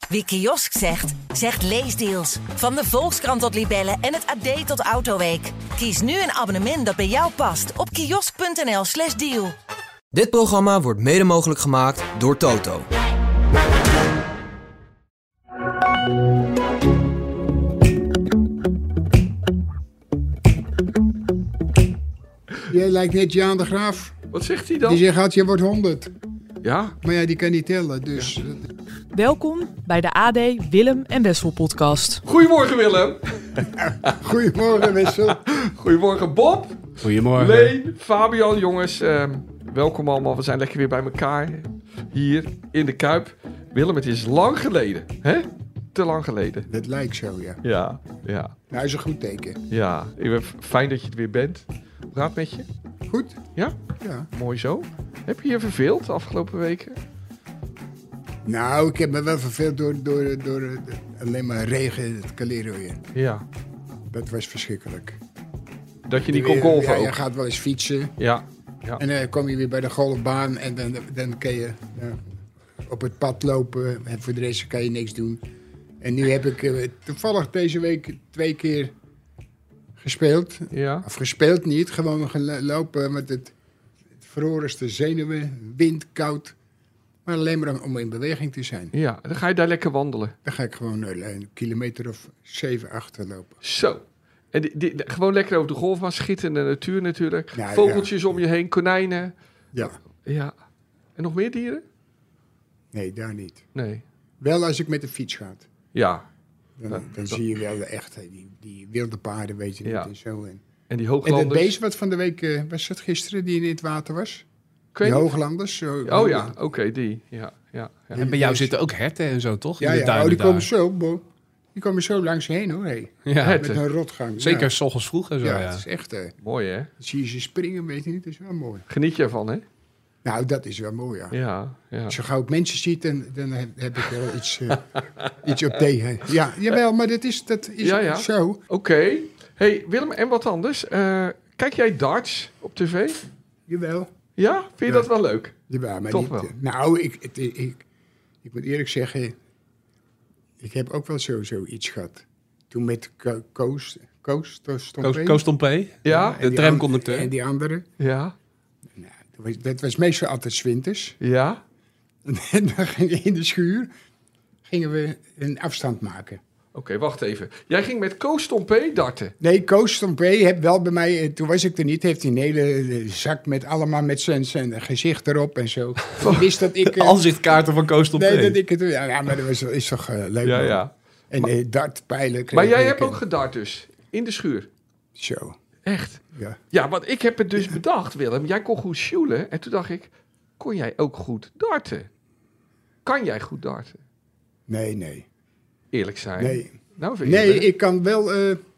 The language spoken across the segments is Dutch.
Wie kiosk zegt, zegt leesdeals. Van de Volkskrant tot Libellen en het AD tot Autoweek. Kies nu een abonnement dat bij jou past op kiosk.nl/deal. Dit programma wordt mede mogelijk gemaakt door Toto. Jij lijkt net Jaan de Graaf. Wat zegt hij dan? Die zegt, je wordt 100. Ja? Maar ja, die kan niet tellen, dus... Ja. Welkom bij de AD Willem en Wessel podcast. Goedemorgen Willem. Goedemorgen Wessel. Goedemorgen Bob. Goedemorgen. Leen, Fabian, jongens. Welkom allemaal. We zijn lekker weer bij elkaar. Hier in de Kuip. Willem, het is lang geleden. Hè? Te lang geleden. Dat lijkt zo, ja. Ja. Nou, dat is een goed teken. Ja, fijn dat je het weer bent. Hoe gaat het met je? Goed? Ja? Ja. Mooi zo. Heb je je verveeld de afgelopen weken? Nou, ik heb me wel verveeld door alleen maar regen, het Calero-je. Ja. Dat was verschrikkelijk. Dat je niet kon golven Ja, ook. je gaat wel eens fietsen. Ja. En dan kom je weer bij de golfbaan en dan kan je op het pad lopen. En voor de rest kan je niks doen. En nu heb ik toevallig deze week 2 keer gespeeld. Ja. Of gespeeld niet, gewoon gelopen met het verhorenste zenuwen, wind, koud. Maar alleen maar om in beweging te zijn. Ja, dan ga je daar lekker wandelen. Dan ga ik gewoon een kilometer of 7, 8 lopen. Zo. En gewoon lekker over de golfbaan, schitterende natuur natuurlijk. Ja, Vogeltjes om je heen, konijnen. Ja. Ja. En nog meer dieren? Nee, daar niet. Nee. Wel als ik met de fiets ga. Ja. Dan zie je wel echt die wilde paarden, weet je niet, Ja. en zo. En die En hooglanders. het beest wat van de week, was het gisteren, die in het water was? Ik weet Die niet. hooglanders. Zo, Oh ja, oké, die. Ja. En bij jou zitten ook herten en zo, toch? Ja, In de ja. duinen Oh, die daar. komen zo, die komen zo langs heen, hoor. Hey. Ja, Herten. Met een rotgang. zeker Ja, 's ochtends vroeg en zo, ja, ja. het is echt... Mooi hè? dan zie je ze springen, weet je niet, dat is wel mooi. Geniet je ervan hè? Nou, dat is wel mooi, ja. Ja. Zo gauw ik mensen ziet, dan heb ik wel iets op tegen. Ja, jawel, maar dat is Ja. zo. Oké. Hey Willem, en wat anders? Kijk jij darts op tv? Jawel. Ja? Vind je Ja. dat wel leuk? Jawel, maar Toch niet, wel. nou, ik moet eerlijk zeggen, ik heb ook wel zoiets gehad. Toen met Koos Tompé, Ja? de tramconducteur. En die andere. Ja. Dat was meestal altijd 's winters. Ja? En dan gingen we in de schuur een afstand maken. Oké, wacht even. Jij ging met Koos Tompé darten. Nee, Koos heeft wel bij mij, toen was ik er niet, heeft hij een hele zak met zijn gezicht erop en zo. Die wist dat ik... Aanzichtkaarten van Koos Tompé. nee, dat ik het... Ja, maar dat is toch leuk. man. Ja. En dartpijlen kreeg Maar jij ik hebt en- ook gedart dus? In de schuur? Zo, Echt? ja. Ja, want ik heb het dus bedacht, Willem. Jij kon goed sjoelen. En toen dacht ik, kon jij ook goed darten? Kan jij goed darten? Nee. Eerlijk zijn. Nee, Nou, vind nee je ik kan wel...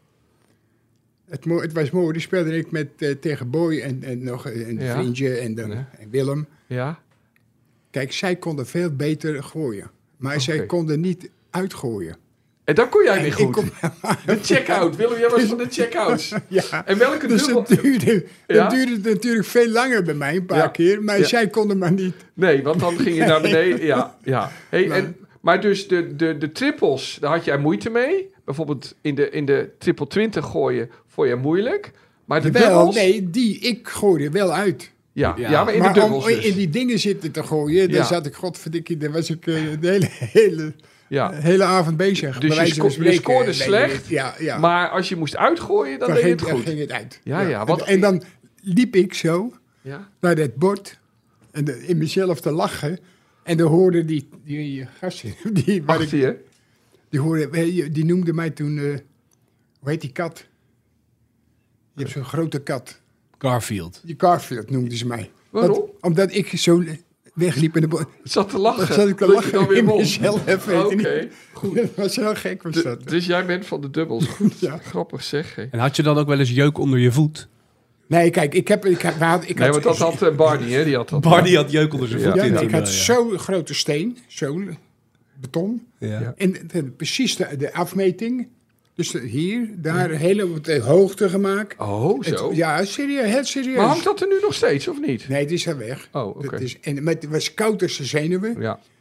Het was mooi, die speelde ik met tegen Boy en nog een Ja. vriendje en Willem. Ja? Kijk, zij konden veel beter gooien. Maar zij Oké. konden niet uitgooien. En dan kon jij weer Ik goed. kon- De check-out. Willem, jij was van de check-outs. Ja. En welke Dus dubbel... het duurde Ja? natuurlijk veel langer bij mij, een paar Ja. keer. Maar Ja. zij konden maar niet. Nee, want dan ging je naar beneden. Ja. Hey, maar dus de trippels, daar had jij moeite mee. Bijvoorbeeld in de triple 20 gooien vond je moeilijk. Maar de Wel, dubbels... nee, ik gooide wel uit. Ja, Ja. maar in Maar de dubbels om dus. in die dingen zitten te gooien, Ja. daar zat ik, godverdikkie, daar was ik de Ja. hele avond bezig. Dus bij wijze van je spreken. scoorde Nee, slecht, Ja. Maar als je moest uitgooien, dan dan deed je het ging, goed. ging het uit. Ja, want- En dan liep ik zo Ja? naar dat bord en in mezelf te lachen. En dan hoorde die gasten, Achter je? die noemde mij toen, hoe heet die kat? Je hebt zo'n grote kat. Garfield. Die Garfield noemden ze mij. Waarom? Omdat ik zo wegliep in de bord. Het zat te lachen. Dan zat ik te dat je lachen dan weer in won. mezelf. Weet je Oké, niet. goed. Dat was heel gek, was dat. Dus jij bent van de dubbels. Goed. Ja. Grappig zeg. Hé. En had je dan ook wel eens jeuk onder je voet? Nee, kijk, ik had... Nee, want dat had Barney, hè? Die had dat. Barney had jeuk onder zijn Ja. voet. Ja, in nee, toen, ik had ja. zo'n grote steen, zo'n beton. Ja. En precies de afmeting. Dus hier, daar, hele op de hoogte gemaakt. Oh, zo. Ja, serieus, heel serieus. Maar hangt dat er nu nog steeds, of niet? Nee, het is er weg. Oh, oké. Maar het was koud als de zenuwen. Ja.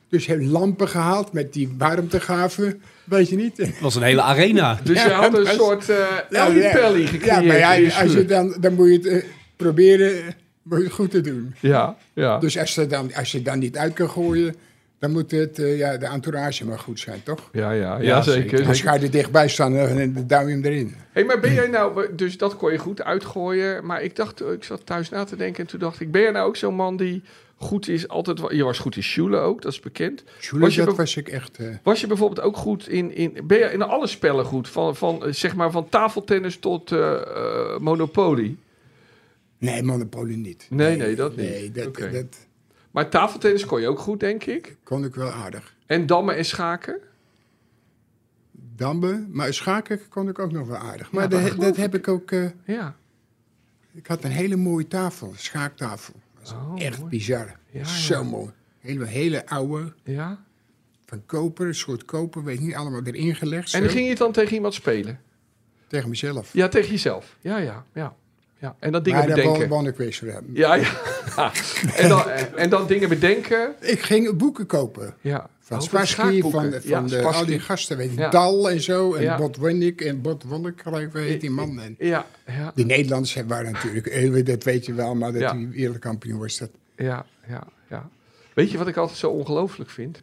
Dus heb lampen gehaald met die warmtegaven. Weet je niet? Het was een hele arena. Dus je had een soort Ellie-Pelly gecreëerd. Ja, maar in je als je schoenen. dan moet je het proberen moet je het goed te doen. Ja. Dus als je het dan niet uit kan gooien, dan moet het, de entourage maar goed zijn, toch? Ja, zeker. Als ga je er dichtbij staan en dan duw je hem erin. Hey, maar ben jij nou... Dus dat kon je goed uitgooien. Maar ik zat thuis na te denken en toen dacht ik... Ben jij nou ook zo'n man die goed is altijd... Je was goed in Schule ook, dat is bekend. Was ik echt... Was je bijvoorbeeld ook goed ben je in alle spellen goed? Van tafeltennis tot Monopoly? Nee, Monopoly niet. Nee, dat niet. Nee, dat Maar tafeltennis kon je ook goed, denk ik. kon ik wel aardig. En dammen en schaken? Damben, maar schaken kon ik ook nog wel aardig. Maar Ja, dat heb ik ook... Ja. Ik had een hele mooie tafel, schaaktafel. Dat was echt mooi. bizar. Ja. Zo mooi. Hele oude, Ja. van koper, een soort koper, weet niet, allemaal erin gelegd. En dan zo. ging je het dan tegen iemand spelen? Tegen mezelf. Ja, tegen jezelf. Ja. En dan dingen Maar dan bedenken. won ik weer zo. Ja. Ja. En dan dingen bedenken. Ik ging boeken kopen. Ja. Van Over Spassky, schaakboeken. van Spassky. al die gasten, weet je, Ja. Dal en zo, en Ja. Botwinnik en Botwonnik, heet die man. En Ja. die Nederlanders waren natuurlijk, dat weet je wel, maar dat Ja. hij wereldkampioen was. Dat. Ja. Weet je wat ik altijd zo ongelooflijk vind?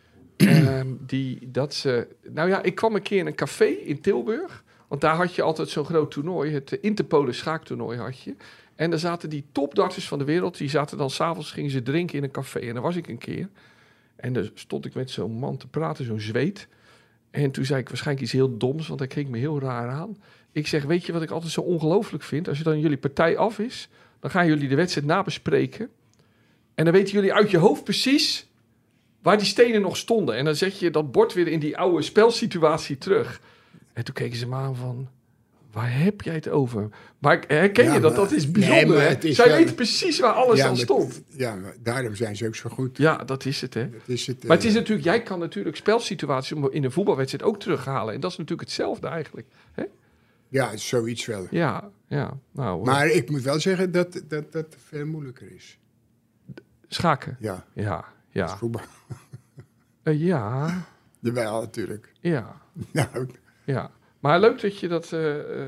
Ik kwam een keer in een café in Tilburg. Want daar had je altijd zo'n groot toernooi. Het Interpolen schaaktoernooi had je. En daar zaten die topdarters van de wereld. Die zaten dan s'avonds, gingen ze drinken in een café. En daar was ik een keer. En dan stond ik met zo'n man te praten, zo'n zweet. En toen zei ik waarschijnlijk iets heel doms, want hij keek me heel raar aan. Ik zeg, weet je wat ik altijd zo ongelooflijk vind? Als je dan jullie partij af is, dan gaan jullie de wedstrijd nabespreken. En dan weten jullie uit je hoofd precies waar die stenen nog stonden. En dan zet je dat bord weer in die oude spelsituatie terug. En toen keken ze me aan van, waar heb jij het over? Maar herken je dat? Dat is bijzonder, maar hè? het is Zij wel- weten precies waar alles aan stond. Ja, maar daarom zijn ze ook zo goed. Ja, dat is het, hè? Dat is het, Maar het is natuurlijk, jij kan natuurlijk spelsituaties in een voetbalwedstrijd ook terughalen. En dat is natuurlijk hetzelfde eigenlijk. Hè? Ja, zoiets wel. Ja. Nou, Maar ik moet wel zeggen dat dat veel moeilijker is. schaken. Ja, Ja. voetbal. Ja. Jawel, natuurlijk. Nou, Ja. Maar leuk dat je dat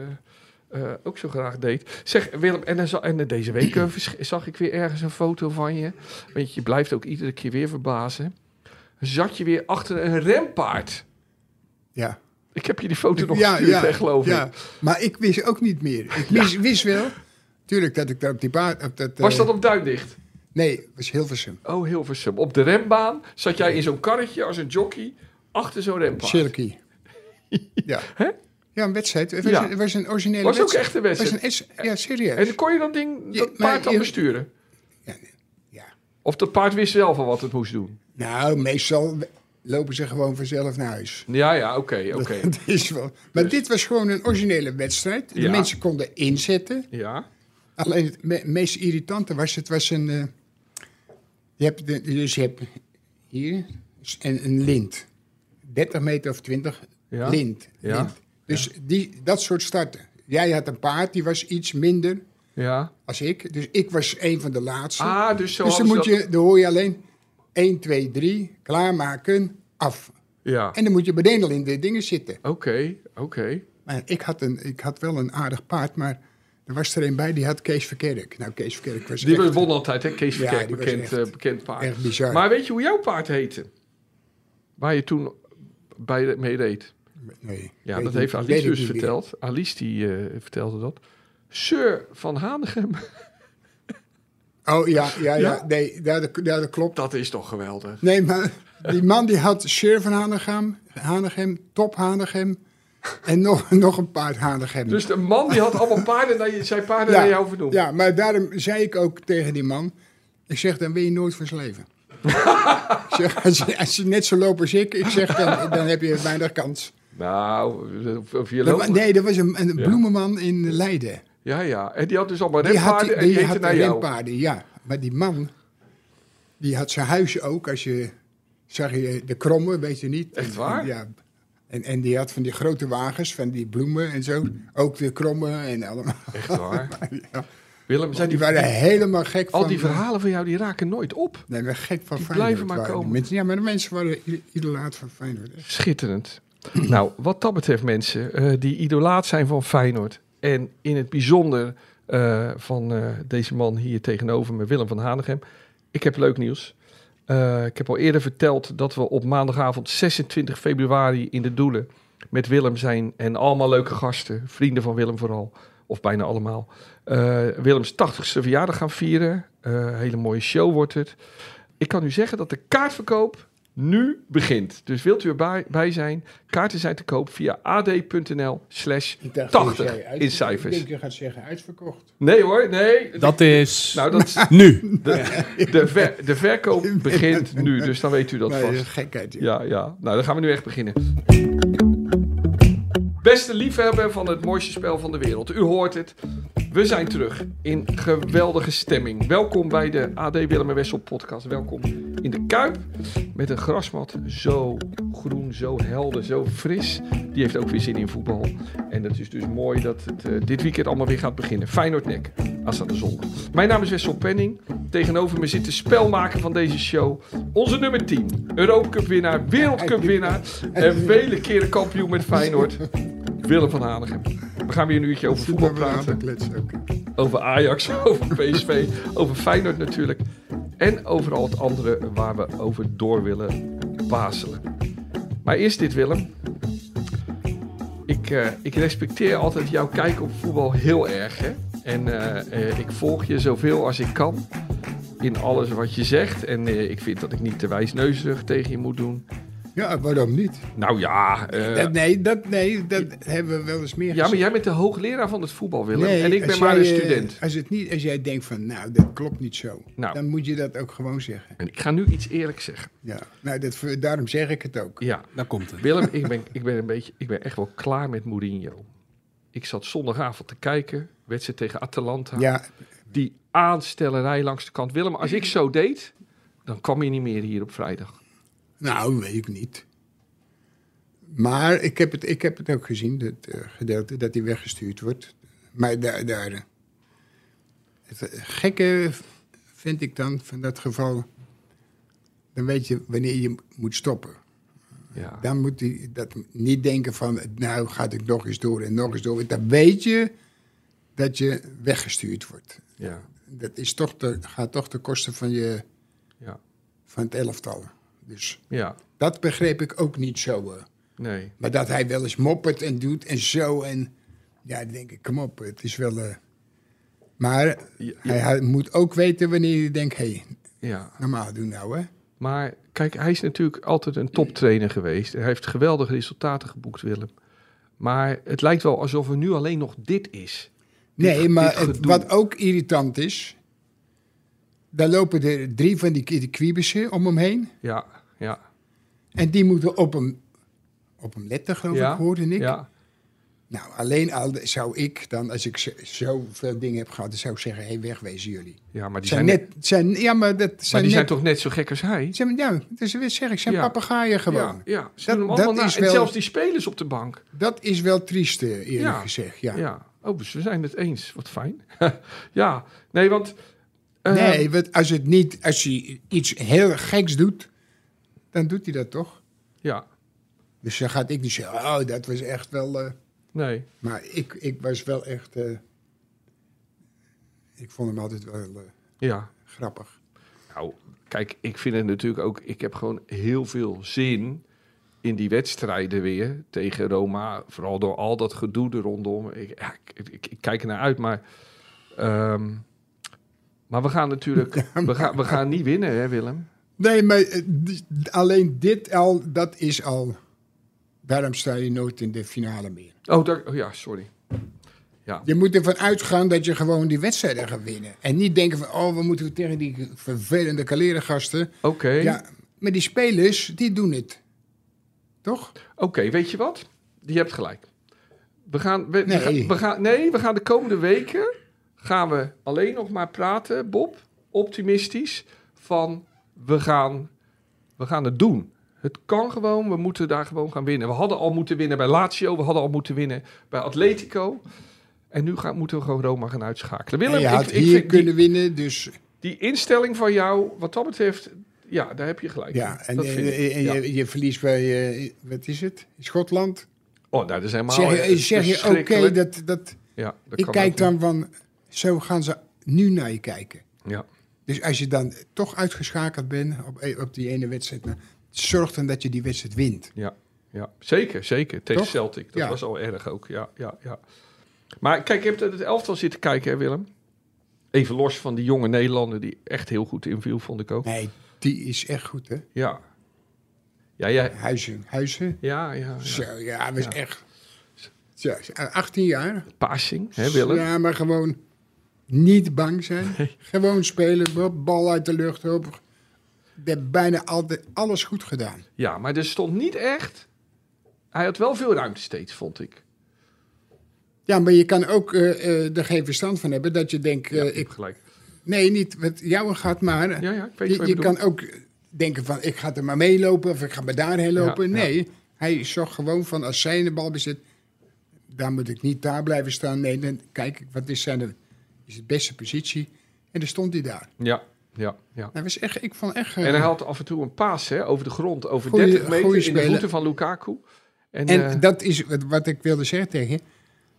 ook zo graag deed. Zeg, Willem, en deze week zag ik weer ergens een foto van je. Want je blijft ook iedere keer weer verbazen. Zat je weer achter een renpaard. ja. Ik heb je die foto nog gestuurd, hè, geloof ik. Ja, maar ik wist ook niet meer. Ik wist wel, tuurlijk, dat ik daar op die paard... Was dat op Duindicht? Nee, het was Hilversum. Oh, Hilversum. Op de rembaan zat jij in zo'n karretje als een jockey achter zo'n renpaard. Silky. Ja. Hè? Ja, een wedstrijd. Het was een originele Was ook wedstrijd. echt een wedstrijd. Ja, serieus. En kon je dat paard dan besturen? Ja. Of dat paard wist zelf al wat het moest doen? Nou, meestal lopen ze gewoon vanzelf naar huis. Ja, oké. Dat is wel. Maar dit was gewoon een originele wedstrijd. De Ja. mensen konden inzetten. Ja. Alleen het meest irritante was een... je hebt hier een lint. 30 meter of 20 Ja. lint. Ja. Lint. Dus dat soort starten. Jij had een paard, die was iets minder Ja. als ik. Dus ik was een van de laatste. Dus zo dus dan hoor je alleen 1, 2, 3, klaarmaken, af. Ja. En dan moet je meteen al in de dingen zitten. Oké. Maar ik had wel een aardig paard, maar er was er een bij die had Kees Verkerk. Nou, Kees Verkerk was Die echt, won altijd, hè? Kees Ja, Verkerk, die was bekend paard. echt bizar. Maar weet je hoe jouw paard heette? Waar je toen mee reed? Nee, Ja, weet dat ik- heeft weet Alice ik dus niet meer. verteld. Alice die vertelde dat. Sir van Hanegem. Oh, ja. Ja? Nee, dat klopt. Dat is toch geweldig? Nee, maar die man die had Sir van Hanegem, Top Hanegem en nog een paard Hanegem. Dus de man die had allemaal paarden, zijn paarden naar jou vernoemd. Ja, maar daarom zei ik ook tegen die man, ik zeg, dan wil je nooit van zijn leven. Ik zeg, als je net zo loopt als ik zeg, dan heb je weinig kans. Nou, of je loopt... Nee, dat was een bloemenman in Leiden. Ja. En die had dus allemaal Die renpaarden en die heette had naar jou. renpaarden, ja. Maar die man, die had zijn huis ook, zag je de kromme, weet je niet. Echt waar? Ja. En die had van die grote wagens, van die bloemen en zo. Ook de kromme en allemaal. Echt waar? Ja. Willem, zijn Die waren helemaal gek van... al die verhalen van jou, die raken nooit op. Nee, maar gek van Die Feyenoord. blijven maar waren die komen. mensen. Ja, maar de mensen waren idolaat van Feyenoord. Hè. Schitterend. Nou, wat dat betreft mensen, die idolaat zijn van Feyenoord. En in het bijzonder van deze man hier tegenover me, Willem van Hanegem. Ik heb leuk nieuws. Ik heb al eerder verteld dat we op maandagavond 26 februari in de Doelen met Willem zijn. En allemaal leuke gasten, vrienden van Willem vooral. Of bijna allemaal. Willems 80ste verjaardag gaan vieren. Hele mooie show wordt het. Ik kan u zeggen dat de kaartverkoop nu begint. Dus wilt u erbij zijn? Kaarten zijn te koop via ad.nl/80 in cijfers. Ik denk je gaat zeggen uitverkocht. Nee hoor, nee. Dat is Nou, dat is nu. de verkoop begint nu. Dus dan weet u dat Nee, vast. dat is gekheid. Ja. Ja. Nou, dan gaan we nu echt beginnen. Beste liefhebber van het mooiste spel van de wereld. U hoort het. We zijn terug in geweldige stemming. Welkom bij de AD Willem en Wessel podcast. Welkom in de Kuip. Met een grasmat zo groen, zo helder, zo fris. Die heeft ook weer zin in voetbal. En het is dus mooi dat het dit weekend allemaal weer gaat beginnen. Feyenoord-Nek, aanstaande zondag. Mijn naam is Wessel Penning. Tegenover me zit de spelmaker van deze show. Onze nummer 10. Europacup winnaar, Wereldcup winnaar. En vele keren kampioen met Feyenoord. Willem van Hanegem. We gaan weer een uurtje over voetbal praten. Over Ajax, over PSV, over Feyenoord natuurlijk. En over al het andere waar we over door willen bazelen. Maar eerst dit, Willem. Ik respecteer altijd jouw kijk op voetbal heel erg. Hè? En ik volg je zoveel als ik kan. In alles wat je zegt. En ik vind dat ik niet te wijsneuzig tegen je moet doen. Ja, waarom niet? Nou ja... dat hebben we wel eens meer ja, gezegd. maar jij bent de hoogleraar van het voetbal, Willem. Nee, en ik ben als maar een jij, student. Als jij denkt van, nou, dat klopt niet zo. Nou. Dan moet je dat ook gewoon zeggen. En ik ga nu iets eerlijks zeggen. Ja, nou, daarom zeg ik het ook. Ja, Daar komt het. Willem, ik ben echt wel klaar met Mourinho. Ik zat zondagavond te kijken, wedstrijd tegen Atalanta. Ja, Die aanstellerij langs de kant. Willem, als ik zo deed, dan kwam je niet meer hier op vrijdag. nou, weet ik niet. Maar ik heb het ook gezien, dat gedeelte, dat hij weggestuurd wordt. Maar daar het gekke vind ik dan van dat geval, dan weet je wanneer je moet stoppen. Ja. Dan moet hij dat niet denken van, nou gaat ik nog eens door en nog eens door. Want dan weet je dat je weggestuurd wordt. Ja. Dat is gaat toch ten koste van, van het elftal. Dus Ja. dat begreep ik ook niet zo. Nee. Maar dat hij wel eens moppert en doet en zo. En ja, dan denk ik, kom op, het is wel... Maar hij moet ook weten wanneer je denkt, hé, Ja. normaal doen nou, hè. Maar kijk, hij is natuurlijk altijd een toptrainer geweest. Hij heeft geweldige resultaten geboekt, Willem. Maar het lijkt wel alsof er nu alleen nog dit is. Nee, maar dit gedoe. wat ook irritant is... Daar lopen er 3 van die kwiebesen om hem heen. Ja, ja. En die moeten op hem letten, geloof ik, hoorde ik. Ja. Nou, alleen al zou ik dan, als ik zoveel dingen heb gehad... dan zou ik zeggen, hé, wegwezen jullie. Ja, maar die zijn toch net zo gek als hij? Ja, dus zeg ik, zijn papegaaien gewoon. Ja. Ze Dat- doen hem allemaal dat na. is En wel- zelfs die spelers op de bank. Dat is wel triest, eerlijk Ja. gezegd. Ja. Ja. Oh, dus we zijn het eens. Wat fijn. Ja. Nee, want... Nee, want als hij iets heel geks doet, dan doet hij dat toch? Ja. Dus dan gaat ik niet zeggen, oh, dat was echt wel... Nee. Maar ik was wel echt... ik vond hem altijd wel Ja. grappig. Nou, kijk, ik vind het natuurlijk ook... Ik heb gewoon heel veel zin in die wedstrijden weer tegen Roma. Vooral door al dat gedoe er rondom. Ik kijk er naar uit, maar... maar we gaan natuurlijk... we gaan niet winnen, hè, Willem? Nee, maar alleen dit al, dat is al... Daarom sta je nooit in de finale meer. Oh, ja, sorry. Ja. Je moet ervan uitgaan dat je gewoon die wedstrijden gaat winnen. En niet denken van, oh, we moeten tegen die vervelende kalerengasten. Oké. Ja, maar die spelers, die doen het. Toch? Oké, weet je wat? Je hebt gelijk. We gaan de komende weken gaan we alleen nog maar praten, Bob, optimistisch, van we gaan het doen. Het kan gewoon, we moeten daar gewoon gaan winnen. We hadden al moeten winnen bij Lazio, we hadden al moeten winnen bij Atletico. En nu moeten we gewoon Roma gaan uitschakelen. Willem, En je had ik hier vind kunnen winnen, dus... die instelling van jou, wat dat betreft, ja, daar heb je gelijk. Ja, en Dat vind ik, ja. je verliest bij, wat is het? Schotland. Oh, nou, dat is helemaal Zeg je oké, verschrikkelijk. dat Ja, dat ik kan kijk ook dan van, zo gaan ze nu naar je kijken. niet. Ja. Dus als je dan toch uitgeschakeld bent op die ene wedstrijd, nou, zorg dan dat je die wedstrijd wint. Ja, zeker. Tegen Toch? Celtic. Dat Ja. was al erg ook. Ja. Maar kijk, je hebt het elftal zitten kijken, hè, Willem? Even los van die jonge Nederlander die echt heel goed inviel, vond ik ook. Nee, die is echt goed, hè? Ja. Ja. Huizen. Ja. Zo, ja, hij was Ja. echt... Zo, 18 jaar. Passing, hè, Willem? Ja, maar gewoon niet bang zijn. Nee. Gewoon spelen, bal uit de lucht op. We hebben bijna altijd alles goed gedaan. Ja, maar er stond niet echt... Hij had wel veel ruimte steeds, vond ik. Ja, maar je kan ook er geen verstand van hebben dat je denkt... Ja, ik gelijk. Nee, niet wat jou gaat, maar Ja, ik weet wat je je kan bedoelt. ook denken van... ik ga er maar meelopen of ik ga maar daarheen lopen. Ja. Nee, hij zorgt gewoon van als zij de bal bezit... dan moet ik niet daar blijven staan. Nee, dan kijk ik, wat is de beste positie? En dan stond hij daar. Ja. Hij was echt, ik vond echt... En hij had af en toe een paas, hè, over de grond. Over Goeie- 30 meter goeie in de speler. voeten van Lukaku. En dat is wat ik wilde zeggen tegen je.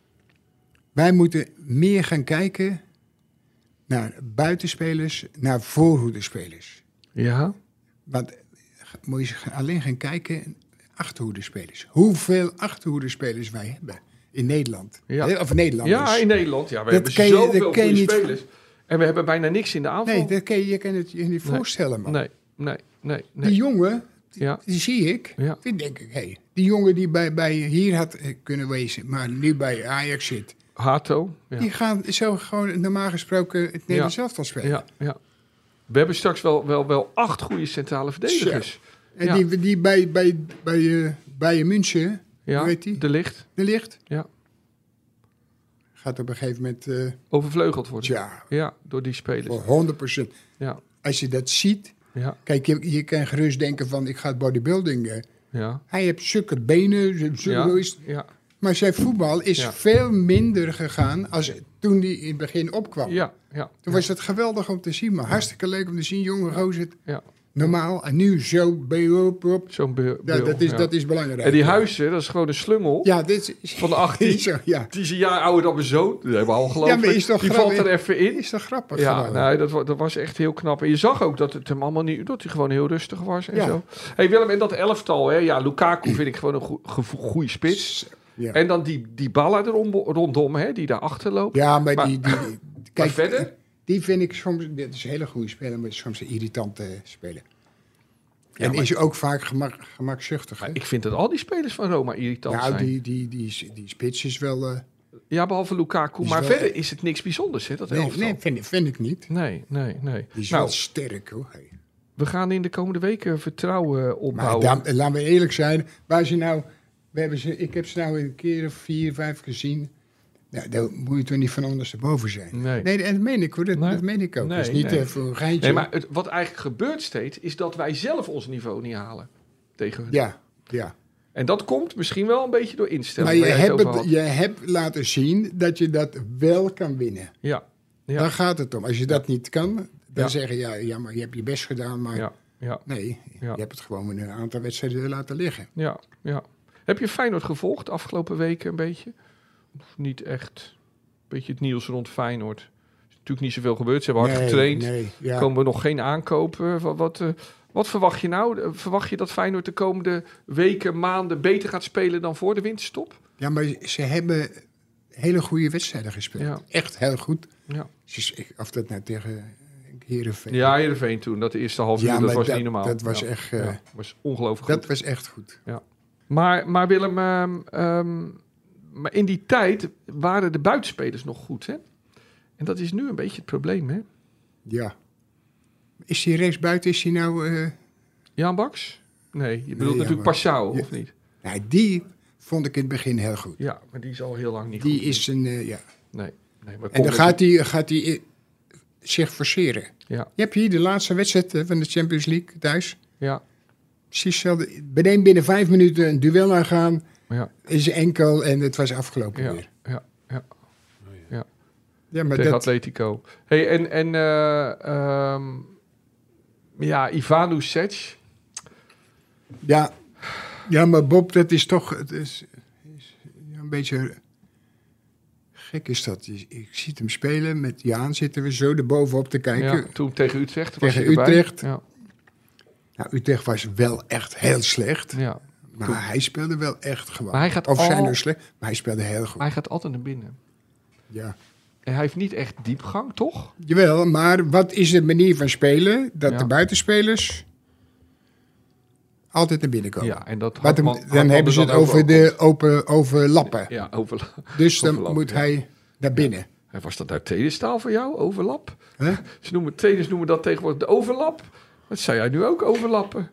Wij moeten meer gaan kijken naar buitenspelers, naar voorhoedespelers. Ja. Want moet je alleen gaan kijken, achterhoedespelers. Hoeveel achterhoedespelers wij hebben in Nederland. Ja. Of Nederlanders. Ja, in Nederland. Ja, we Dat hebben kan je- dat zoveel kan je goede niet- spelers. En we hebben bijna niks in de aanval. Nee, je kan het je niet voorstellen, man. Nee. Die jongen, Ja. die zie ik. Ja. Die denk ik, hé, die jongen die bij hier had kunnen wezen, maar nu bij Ajax zit. Hato. Ja. Die gaan zo gewoon normaal gesproken het Nederlands elftal spelen. Ja. We hebben straks wel 8 goede centrale verdedigers. En Ja. die bij München, Ja, hoe heet die? de licht. De licht. Ja. Gaat op een gegeven moment, Overvleugeld worden. ja, Ja, door die spelers. voor 100%. Ja, Als je dat ziet, ja, kijk, je kan gerust denken van, ik ga bodybuilding. ja. Hij heeft zulke benen, zo is het. Ja, Maar zijn voetbal is Ja. veel minder gegaan als toen hij in het begin opkwam. ja. Toen was het geweldig om te zien, maar hartstikke leuk om te zien, jonge gozer. Ja. Normaal, en nu zo, op. Zo'n Dat is belangrijk. En die Huizen, dat is gewoon een slungel Ja, dit is... van de 18. Zo, ja. Die is een jaar ouder dan mijn zoon. Dat hebben we al geloofd. Ja, maar is toch die grappig? valt er even in. Is toch grappig? Ja, gewoon? nee, dat was echt heel knap. En je zag ook dat het hem allemaal niet, dat hij gewoon heel rustig was en Ja. zo. Hey Willem, en dat elftal, hè? Ja, Lukaku vind ik gewoon een goede spits. Ja. En dan die ballen er rondom, hè, die daarachter loopt. Ja, maar Maar- die Maar kijk, verder? die vind ik soms, dit is een hele goede speler, maar soms een irritante speler. Ja, en maar- is ook vaak gemakzuchtig. Hè? Ik vind dat al die spelers van Roma irritant Nou, zijn. die spits is wel... Ja, behalve Lukaku. is Maar wel- verder is het niks bijzonders, hè, dat elftal. nee, vind ik niet. Nee. Die is Nou, wel sterk, hoor. Hey. we gaan in de komende weken vertrouwen Maar opbouwen. laten we eerlijk zijn. Waar ze nou, ik heb ze nou een keer of 4, 5 gezien. Nou, daar moet je toch niet van ondersteboven zijn. Nee. En dat meen ik hoor, dat Nee. meen ik ook. Nee, dat is niet nee. voor een geintje. Nee, maar wat eigenlijk gebeurt steeds, is dat wij zelf ons niveau niet halen tegen hun. Ja. En dat komt misschien wel een beetje door instelling. Maar waar jij het over had. je hebt laten zien dat je dat wel kan winnen. Ja, Daar gaat het om. Als je dat niet kan, dan Ja. zeggen ja, maar je hebt je best gedaan. Maar ja. nee, Ja. je hebt het gewoon een aantal wedstrijden laten liggen. Ja. Heb je Feyenoord gevolgd de afgelopen weken een beetje? Of niet echt? Een beetje het nieuws rond Feyenoord. Er is natuurlijk niet zoveel gebeurd. Ze hebben hard getraind. Ja. Komen we nog geen aankopen? Wat verwacht je nou? Verwacht je dat Feyenoord de komende weken, maanden beter gaat spelen dan voor de winterstop? Ja, maar ze hebben hele goede wedstrijden gespeeld. Ja. Echt heel goed. Ja. Of dat nou tegen Heerenveen. Ja, Heerenveen toen. Dat eerste half uur, Ja, dat maar was niet normaal. dat was echt... was ongelooflijk goed. dat was echt goed. Maar Willem, maar in die tijd waren de buitenspelers nog goed, hè? En dat is nu een beetje het probleem, hè? Ja. Is die rechts buiten, is die nou... Jan Baks? Nee, je bedoelt ja, natuurlijk maar- Passau, Ja. of niet? Nou, die vond ik in het begin heel goed. Ja, maar die is al heel lang niet Die goed. is een... ja. Nee, maar En dan gaat hij zich forceren. Ja, Je hebt hier de laatste wedstrijd van de Champions League thuis. ja, Precies hetzelfde. Binnen 5 minuten een duel aangaan. ja, Is enkel en het was afgelopen ja, weer. ja. Ja, maar tegen dat... Atletico. Hey, Ivanu Sec. Ja, maar Bob, dat is toch... Het is een beetje... Gek is dat. Ik zie hem spelen. Met Jaan zitten we zo erbovenop te kijken. Ja, toen tegen Utrecht was Tegen hij erbij. Utrecht. Ja. Nou, Utrecht was wel echt heel slecht. Ja. Maar hij speelde wel echt gewoon. Maar hij gaat of zijn al- nou slecht, maar hij speelde heel goed. Maar hij gaat altijd naar binnen. Ja. En hij heeft niet echt diepgang, toch? Jawel, maar wat is de manier van spelen? Dat Ja. de buitenspelers altijd naar binnen komen. Ja, en dat Wat hem- Hartman- dan hebben ze het over de overkomt. overlappen. Ja, Dus dan overlap, moet ja. hij naar binnen. En was dat nou tennistaal voor jou, overlap? Hè? Trainers noemen dat tegenwoordig de overlap. Wat zei jij nu ook, overlappen?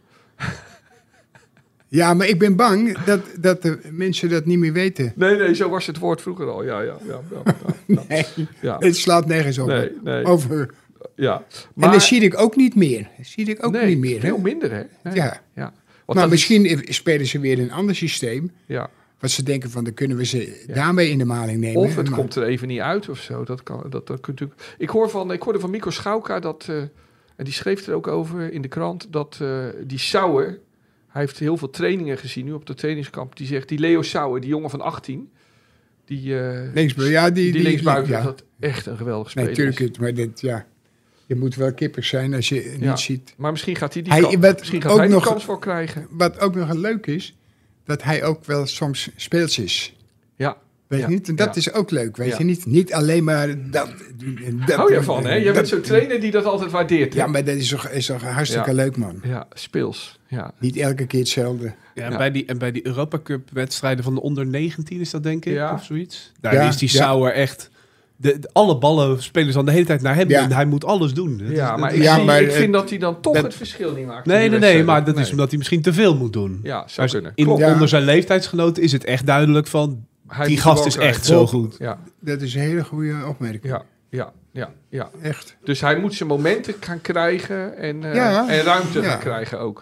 Ja, maar ik ben bang dat de mensen dat niet meer weten. Nee, zo was het woord vroeger al. Ja. Nee, Ja. het slaat nergens op. Nee. Over. Ja. En dat zie ik ook niet meer. Dat zie ik ook nee, niet meer. Hè? veel minder, hè? Nee. Ja. Want Maar dat misschien spelen ze weer een ander systeem. Ja. Wat ze denken van, dan kunnen we ze daarmee in de maling nemen. Of het Maar- komt er even niet uit of zo. Dat kunt natuurlijk. Ik hoorde van Mico Schauka dat, en die schreef er ook over in de krant, dat die Sauer, hij heeft heel veel trainingen gezien nu op de trainingskamp. Die zegt, die Leo Sauer, die jongen van 18, die linksbuiten, ja. dat echt een geweldig Nee, speler is. tuurlijk, maar dat, ja. Je moet wel kippig zijn als je Ja. niet ziet. Maar misschien gaat hij Hij- wat misschien ook gaat hij die nog- kans wel krijgen. Wat ook nog leuk is, dat hij ook wel soms speels is. Ja. Weet Ja. je niet? En dat Ja. is ook leuk, weet Ja. je niet? Niet alleen maar dat doen en dat Hou je doen ervan, en hè? Jij dat bent zo'n doen. trainer die dat altijd waardeert. Hè? Ja, maar dat is toch hartstikke Ja. leuk, man. Ja, speels. Ja. Niet elke keer hetzelfde. Ja, Ja. Bij die Europa Cup wedstrijden van de onder 19 is dat denk ik, Ja. of zoiets. Daar Ja, is die ja. Sauer echt... Alle ballen spelen dan de hele tijd naar hem Ja. en hij moet alles doen. Dat Ja, is- maar, dat- ik, Ja, zie- maar ik vind het- dat hij dan toch dat- het verschil niet maakt. Nee, in die maar wedstrijden. dat is Nee. omdat hij misschien te veel moet doen. Ja, zou Maar kunnen. in, Klopt. Ja. onder zijn leeftijdsgenoten is het echt duidelijk van... Hij die moet gast wel is krijgen. echt zo goed. Ja, Dat is een hele goede opmerking. ja. Echt. Dus hij moet zijn momenten gaan krijgen en Ja. ruimte Ja. gaan krijgen ook.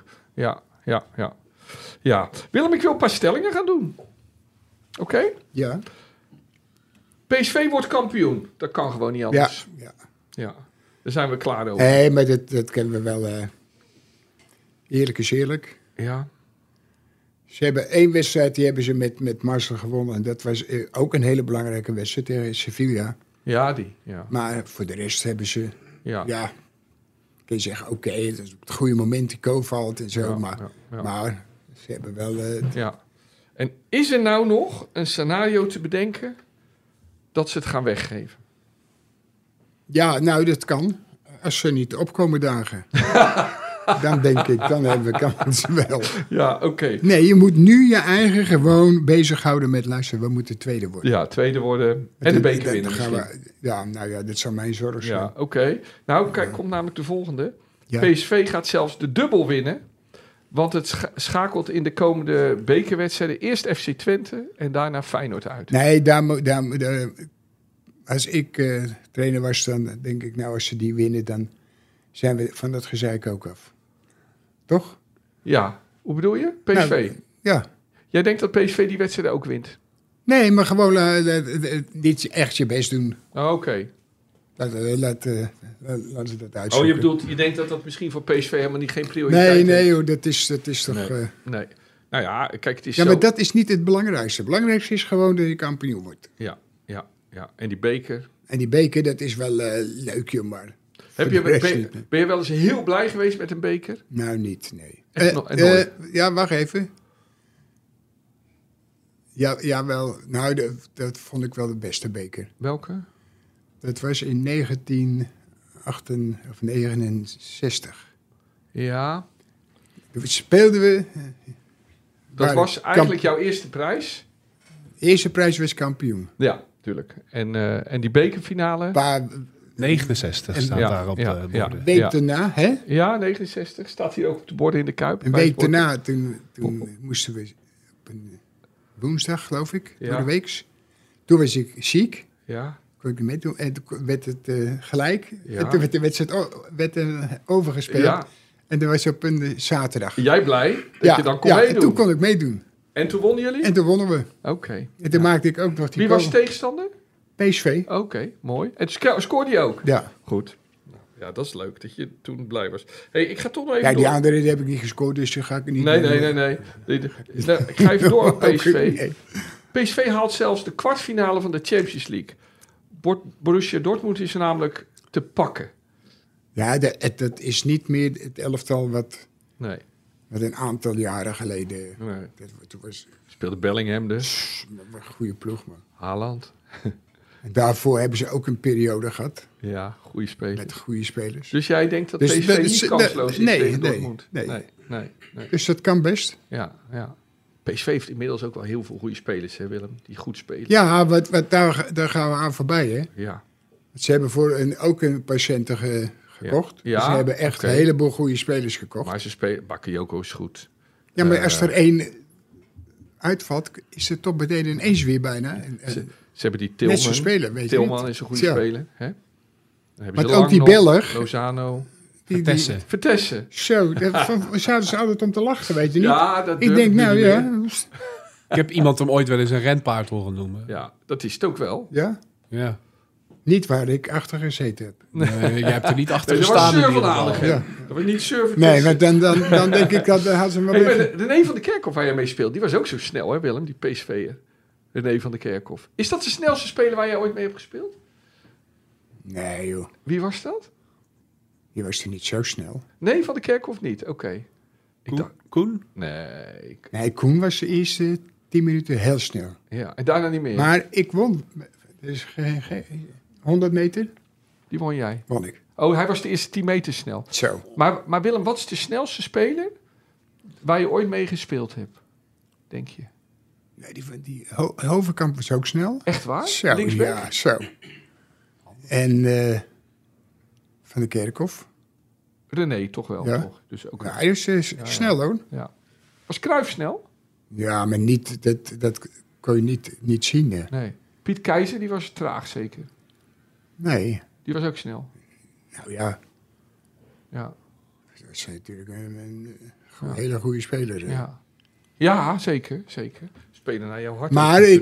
Ja. Willem, ik wil een paar stellingen gaan doen. Oké? Ja. PSV wordt kampioen. Dat kan gewoon niet Ja. anders. ja. Ja. Daar zijn we klaar over. Nee, maar dat kennen we wel. Eerlijk is eerlijk. Ja. Ze hebben 1 wedstrijd, die hebben ze met Marcel gewonnen. En dat was ook een hele belangrijke wedstrijd tegen Sevilla. Ja, die. Ja. Maar voor de rest hebben ze... Ja. Ja, kun je zeggen, oké, het is op het goede moment die Ko valt en zo. Ja, maar, ja. maar ze hebben wel... Ja. En is er nou nog een scenario te bedenken dat ze het gaan weggeven? ja, nou, dat kan. Als ze niet opkomen dagen. Dan denk ik, dan hebben we kans wel. Ja, oké. Nee, je moet nu je eigen gewoon bezighouden met... Luister, we moeten tweede worden. Ja, tweede worden en de beker Dan winnen gaan misschien. we, ja, nou ja, dit zou mijn zorg zijn. Ja, oké. Nou, kijk, komt namelijk de volgende. Ja. PSV gaat zelfs de dubbel winnen. Want het schakelt in de komende bekerwedstrijden eerst FC Twente en daarna Feyenoord uit. Nee, als ik trainer was, dan denk ik, nou, als ze die winnen, dan zijn we van dat gezeik ook af. Toch? Ja, hoe bedoel je? PSV. Nou, ja. Jij denkt dat PSV die wedstrijden ook wint? Nee, maar gewoon niet echt je best doen. Oh, oké. Laat ze dat uitzoeken. Oh, je bedoelt, je denkt dat dat misschien voor PSV helemaal niet geen prioriteit heeft? Nee, joh, dat is toch... Nee. Nee. Nou ja, kijk, het is ja, zo... maar dat is niet het belangrijkste. Het belangrijkste is gewoon dat je kampioen wordt. Ja. En die beker... En die beker, dat is wel leuk, joh, maar... Ben je wel eens heel blij geweest met een beker? Nou, niet, nee. Echt nooit? Ja, wacht even. Ja, wel. Nou, dat vond ik wel de beste beker. Welke? Dat was in 1969. Ja, Toen speelden we... dat waar was eigenlijk jouw eerste prijs. De eerste prijs was kampioen. Ja, tuurlijk. En die bekerfinale? Een paar 69 En- staat ja, daar op ja, de ja. borden. week Ja. daarna, hè? Ja, 69. Staat hier ook op de borden in de Kuip. Een bij week Sport. daarna, toen moesten we op een woensdag, geloof ik, Ja. door de weeks. Toen was ik ziek, Ja, kon ik niet meedoen. En toen werd het gelijk. Ja. En toen werd de wedstrijd overgespeeld. ja. En dat was op een zaterdag. Jij blij dat je dan kon en meedoen? toen kon ik meedoen. En toen wonnen jullie? En toen wonnen we. Oké. En toen maakte ik ook nog die Wie was je goal. tegenstander? PSV. Oké, mooi. En scoorde je ook? Ja. Goed. Ja, dat is leuk dat je toen blij was. Hey, ik ga toch nog even Ja, die door. andere die heb ik niet gescoord, dus daar ga ik er niet... Nee. Ik ga even door op PSV. Nee. PSV haalt zelfs de kwartfinale van de Champions League. Borussia Dortmund is er namelijk te pakken. Ja, dat is niet meer het elftal wat Nee. een aantal jaren geleden... nee. Toen was Speelde Bellingham dus. een goede ploeg, man. Haaland. En daarvoor hebben ze ook een periode gehad Ja, goede speler. met goede spelers. Dus jij denkt dat Dus PSV dat niet is- kansloos is nee, tegen nee, Dortmund? nee. Nee. Dus dat kan best. Ja. PSV heeft inmiddels ook wel heel veel goede spelers, hè Willem? Die goed spelen. Ja, daar gaan we aan voorbij, hè. Ja. Ze hebben ook een patiënten gekocht. Ja, Dus ze hebben echt oké. een heleboel goede spelers gekocht. Maar ze spelen... Bakayoko is goed. Ja, maar als er één uitvalt, is het toch meteen ineens weer bijna. Ze hebben die Net Tilman. zo spelen, weet je Tilman niet. is een goede Ja. speler. Hè? Dan hebben Maar ze ook Lang die nog, Belg. Lozano. Tessen. Vertessen. Zo, daar zaten ze altijd om te lachen, weet je niet? Ja, dat Ik durf denk, nu nou niet ja, meer. Ik heb iemand hem ooit wel eens een renpaard horen noemen. Ja, dat is het ook wel. ja, Ja. niet waar ik achter gezeten heb. Nee, jij hebt er niet achter Nee, dat was gestaan. in Sir ieder van geval. Hanegem. Ja. Dat was niet Sir van Nee, Tessen. maar dan denk ik dat had ze maar Hey, weg. maar René van der Kerkhoff waar jij mee speelt, die was ook zo snel, hè Willem, die PSV'er. René van der Kerkhoff. Is dat de snelste speler waar jij ooit mee hebt gespeeld? Nee joh, Wie was dat? je was er niet zo snel. Nee, van der Kerkhoff niet. Oké. Ik Koen? dacht, Koen? nee. Nee, Koen was de eerste 10 minuten heel snel. Ja, en daarna niet meer. Maar ik won. Dus 100 meter Die won jij. won ik. Oh, hij was de eerste 10 meter snel. Zo. Maar Willem, wat is de snelste speler waar je ooit mee gespeeld hebt? Denk je? Nee, die Hovenkamp was ook snel. Echt waar? Zo, Linksback? ja, zo. En Van de Kerkhoff. René, toch wel. Ja. Toch? Dus ook Ja, hij is snel hoor. ja. Was Cruijff snel? Ja, maar niet, dat kon je niet zien. Hè. Nee. Piet Keizer, die was traag zeker. Nee, Die was ook snel. nou ja, Ja. dat is natuurlijk een hele goede speler. Hè. Ja, zeker. Spelen naar jouw hart. Maar ook,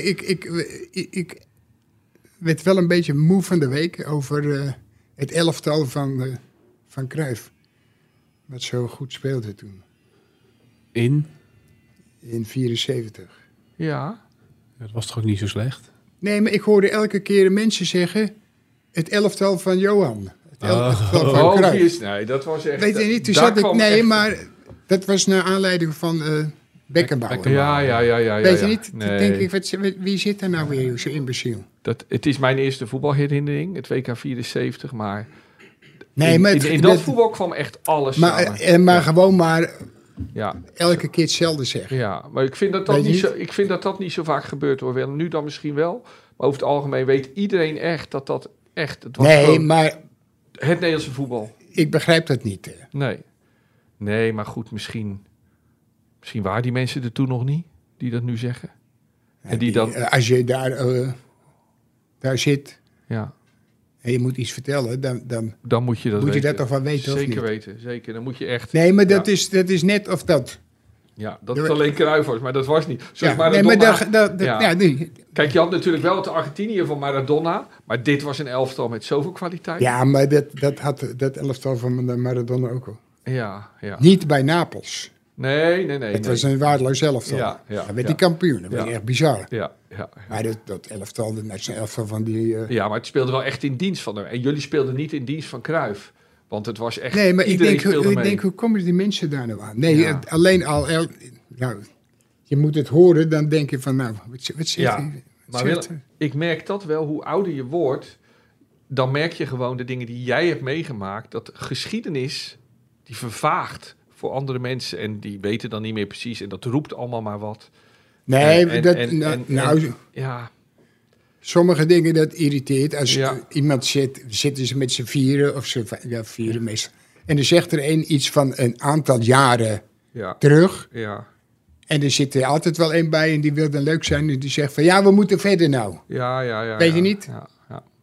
ik werd wel een beetje moe van de week over het elftal van Cruijff. Wat zo goed speelde toen, In? in 74. Ja. Dat was toch ook niet zo slecht? Nee, maar ik hoorde elke keer mensen zeggen, het elftal van Johan. Het elftal van Oh, Cruijff. die is... Nee, dat was echt... Weet je niet, toen daar zat ik... kwam Nee, echt- maar dat was naar aanleiding van Beckenbauer. Ja. Weet je niet? Nee. Dan denk ik, wie zit er nou weer, zo'n imbeciel? Het is mijn eerste voetbalherinnering, het WK 74, maar... Nee, in, maar in dat voetbal kwam echt alles samen. maar gewoon maar Ja. elke keer hetzelfde zeggen. Ja, maar ik vind dat dat, Weet je niet niet? zo, ik vind dat dat niet zo vaak gebeurt hoor. Wel, nu dan misschien wel. Maar over het algemeen weet iedereen echt dat dat echt... Het was Nee, gewoon maar het Nederlandse voetbal. ik begrijp dat niet. Nee, maar goed, misschien waren die mensen er toen nog niet, die dat nu zeggen. En die dan... Als je daar zit Ja, en je moet iets vertellen, dan dan moet je dat moet je weten. dat toch wel weten, of Zeker niet? weten, zeker. Dan moet je echt... Nee, maar Ja. dat is net of dat. Ja, dat het alleen Cruijff was, maar dat was niet. Zoals Ja, nee, Maradona. maar Ja. ja, nee. Kijk, je had natuurlijk wel het Argentinië van Maradona, maar dit was een elftal met zoveel kwaliteit. Ja, maar dat had dat elftal van Maradona ook al. Ja. Niet bij Napels. Nee. Het was een waardeloos elftal. Ja, Dan werd ja. hij kampioen. Dat was Ja. echt bizar. Ja. Maar dat elftal, dat nationale elftal van die... Ja, maar het speelde wel echt in dienst van hem. En jullie speelden niet in dienst van Cruijff. Want het was echt... Nee, maar ik iedereen speelde mee. denk, hoe komen die mensen daar nou aan? Nee, Ja. alleen al... Nou, je moet het horen, dan denk je van, nou, wat zegt Ja, hij? Wat maar zegt Willem, ik merk dat wel, hoe ouder je wordt, dan merk je gewoon de dingen die jij hebt meegemaakt, dat geschiedenis, die vervaagt voor andere mensen en die weten dan niet meer precies en dat roept allemaal maar wat. Nee, En- Ja, sommige dingen dat irriteert. Als Ja. iemand zitten ze met z'n vieren, of vieren meestal. En dan zegt er een iets van een aantal jaren ja, terug. ja. En er zit er altijd wel een bij en die wil dan leuk zijn. En die zegt van, ja, we moeten verder nou. Ja. Weet je niet? Ja.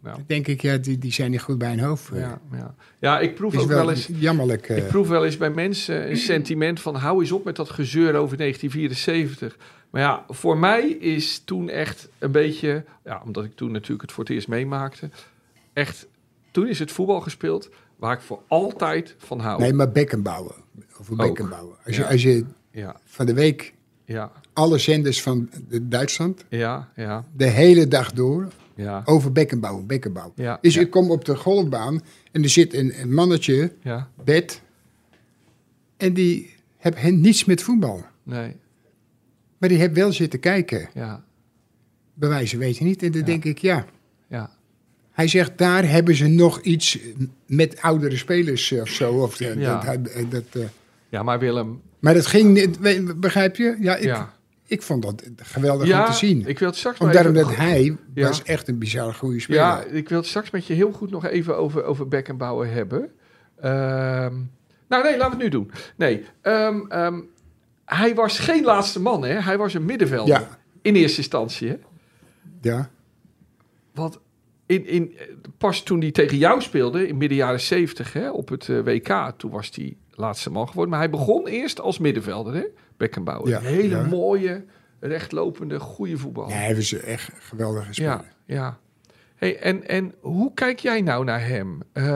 Ja. Dan denk ik, die zijn niet goed bij hun hoofd. Ja, ik proef is ook wel eens... jammerlijk. Ik proef wel eens bij mensen een sentiment van... hou eens op met dat gezeur over 1974. Maar ja, voor mij is toen echt een beetje... Ja, omdat ik toen natuurlijk het voor het eerst meemaakte... echt, toen is het voetbal gespeeld... waar ik voor altijd van hou. Nee, maar Beckenbauer. Over Beckenbauer. Als je van de week... Ja. Alle zenders van Duitsland... Ja. De hele dag door... Ja. Over Beckenbauer. Ja. Dus ik kom op de golfbaan... en er zit een mannetje... Bed... en die heeft niets met voetbal. Nee. Maar die heeft wel zitten kijken. Ja. Bewijzen weet je niet. En dan denk ik, Ja. Hij zegt, daar hebben ze nog iets met oudere spelers of zo. Of, Ja, maar Willem... Maar dat ging niet, begrijp je? Ja, ik vond dat geweldig om te zien. Ik wil het straks Omdat hij was echt een bizar goede speler. Ja, ik wil het straks met je heel goed nog even over Beckenbauer hebben. Nou nee, laten we het nu doen. Nee, hij was geen laatste man, hè? Hij was een middenvelder. Ja. In eerste instantie, hè? Ja. Want pas toen hij tegen jou speelde, in midden jaren 70, hè, op het WK, toen was hij laatste man geworden. Maar hij begon eerst als middenvelder, hè? Beckenbauer. Ja, een hele mooie, rechtlopende, goede voetballer. Ja, hij was echt geweldig gespeeld. Ja. Hey, en hoe kijk jij nou naar hem?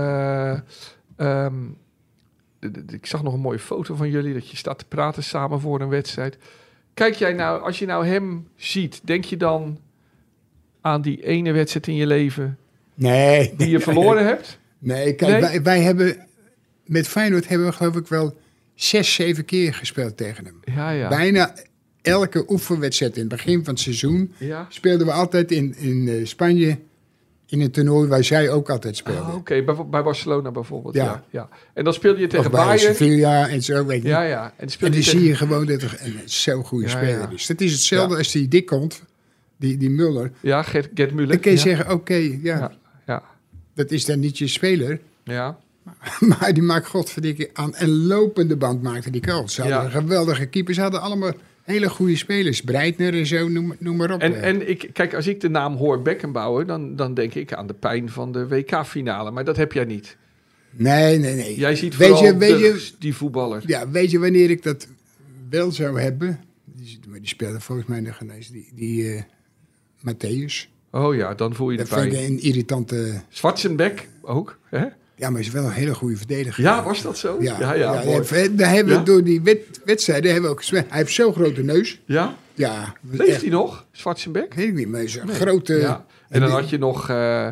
Ik zag nog een mooie foto van jullie, dat je staat te praten samen voor een wedstrijd. Kijk jij nou, als je nou hem ziet, denk je dan aan die ene wedstrijd in je leven die je verloren hebt? Nee, kijk, wij hebben met Feyenoord hebben we geloof ik wel 6-7 keer gespeeld tegen hem. Ja. Bijna elke oefenwedstrijd in het begin van het seizoen speelden we altijd in Spanje in een toernooi waar zij ook altijd speelden. Oké, bij Barcelona bijvoorbeeld. Ja. En dan speelde je tegen Bayern. Sevilla en zo, weet je. Ja. En dan zie je gewoon dat er zo'n goede speler is. Dat is hetzelfde als die dik komt, die Muller. Ja, Gert Muller. Dan kun je zeggen, oké, Ja. dat is dan niet je speler. Ja. Maar die maakt godverdikke aan een lopende band maakte die goals. Ze hadden een geweldige keepers. Ze hadden allemaal hele goede spelers. Breitner en zo, noem maar op. En kijk, als ik de naam hoor Beckenbauer, dan denk ik aan de pijn van de WK-finale. Maar dat heb jij niet. Nee. Jij ziet vooral die voetballer. Ja, weet je wanneer ik dat wel zou hebben? Die speelde volgens mij nog ineens. Die Matthäus. Oh ja, dan voel je de pijn. Dat vind ik een irritante... Schwarzenbeck ook, hè? Ja, maar hij is wel een hele goede verdediger. Ja, was dat zo? Ja. Daar hebben we door die wedstrijden hebben we ook gespeeld. Hij heeft zo'n grote neus. Ja? Ja. Leeft hij nog, Schwarzenbeck? Weet ik niet, maar zo'n grote... Ja. En dan had je nog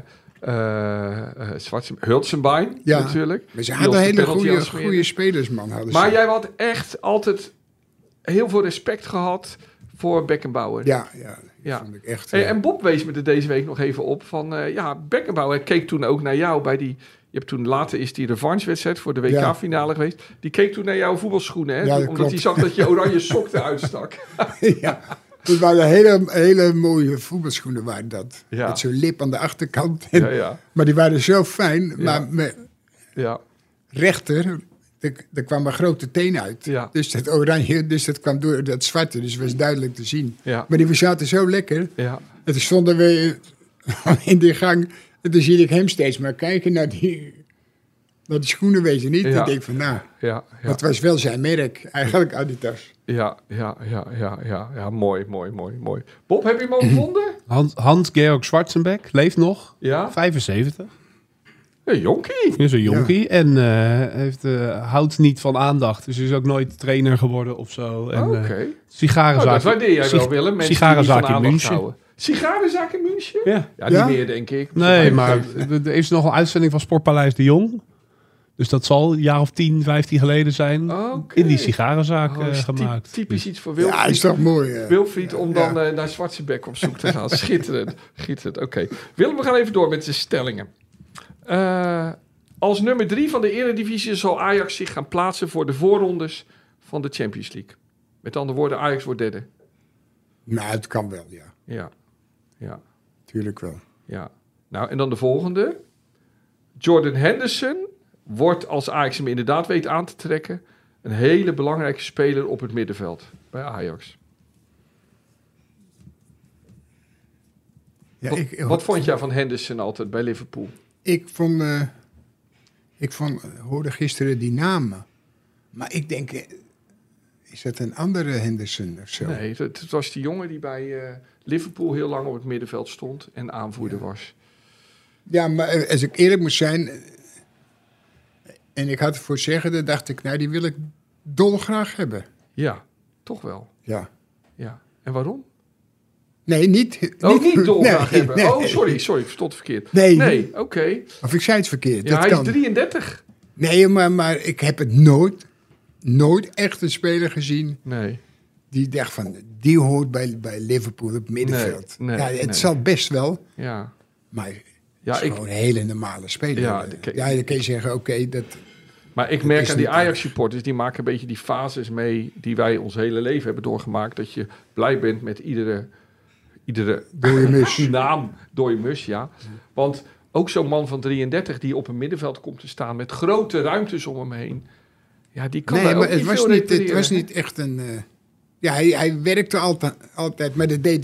Hulzenbein natuurlijk. Maar ze hadden hele goede spelers, man. Maar jij had echt altijd heel veel respect gehad voor Beckenbauer. Ja. Vond ik echt, En Bob wees me er deze week nog even op van... Beckenbauer keek toen ook naar jou bij die... Je hebt toen later is die revanche-wedstrijd voor de WK-finale geweest. Die keek toen naar jouw voetbalschoenen, hè? Omdat hij zag dat je oranje sok eruit stak. Ja, dat waren hele mooie voetbalschoenen waren dat. Ja. Met zo'n lip aan de achterkant. Maar die waren zo fijn. Maar met rechter, er kwam een grote teen uit. Ja. Dus dat oranje, dat kwam door dat zwarte. Dus het was duidelijk te zien. Ja. Maar die zaten zo lekker. Ja. En toen stonden we in die gang... En dan zie ik hem steeds maar kijken naar die schoenen, weet je niet. Dan denk ik van, het was wel zijn merk, eigenlijk, Adidas. Ja, mooi. Bob, heb je hem al gevonden? Hans-Georg Schwarzenbeck leeft nog, 75. Een jonkie. Is een jonkie en houdt niet van aandacht. Dus is ook nooit trainer geworden of zo. Oké. Sigarenzaak. Dat waardeer jij wel, Willem. Sigarenzaak in München. Sigarenzaak in München? Ja. Niet meer, denk ik. Nee, maar er is nog een uitzending van Sportpaleis de Jong. Dus dat zal een jaar of 10, 15 geleden zijn. In die sigarenzaak gemaakt. Typisch iets voor Wilfried. Ja, is toch mooi. Wilfried om dan naar Schwarzenbeck op zoek te gaan. Schitterend. Oké. Willem, we gaan even door met de stellingen. Als nummer 3 van de Eredivisie zal Ajax zich gaan plaatsen voor de voorrondes van de Champions League. Met andere woorden, Ajax wordt derde. Nou, het kan wel, Ja. Tuurlijk wel. Ja. Nou, en dan de volgende. Jordan Henderson wordt, als Ajax hem inderdaad weet aan te trekken, een hele belangrijke speler op het middenveld bij Ajax. Wat vond jij van Henderson altijd bij Liverpool? Ik hoorde gisteren die namen. Maar ik denk, is dat een andere Henderson of zo? Nee, het was die jongen die bij Liverpool heel lang op het middenveld stond en aanvoerder was. Ja, maar als ik eerlijk moet zijn... En ik had ervoor zeggen, dan dacht ik, nou, die wil ik dolgraag hebben. Ja, toch wel. Ja. Ja. En waarom? Nee, niet dolgraag nee, hebben. Nee. Oh, sorry, ik verstond verkeerd. Nee. Oké. Of ik zei het verkeerd. Ja, dat hij kan. is 33. Nee, maar ik heb het nooit echt een speler gezien... Nee. die dacht van, die hoort bij Liverpool op het middenveld. Nee, het zal best wel, Ja. maar het Ja, is gewoon een hele normale speler. Ja, Dan kun je zeggen, oké, dat... Maar ik Dat merk is aan die niet Ajax-supporters, die maken een beetje die fases mee die wij ons hele leven hebben doorgemaakt. Dat je blij bent met iedere Dode mus. naam door je mus, ja. Want ook zo'n man van 33 die op een middenveld komt te staan met grote ruimtes om hem heen. Ja, die kan daar ook het niet was veel niet, repareren, het was hè? niet echt een... hij werkte altijd, maar dat deed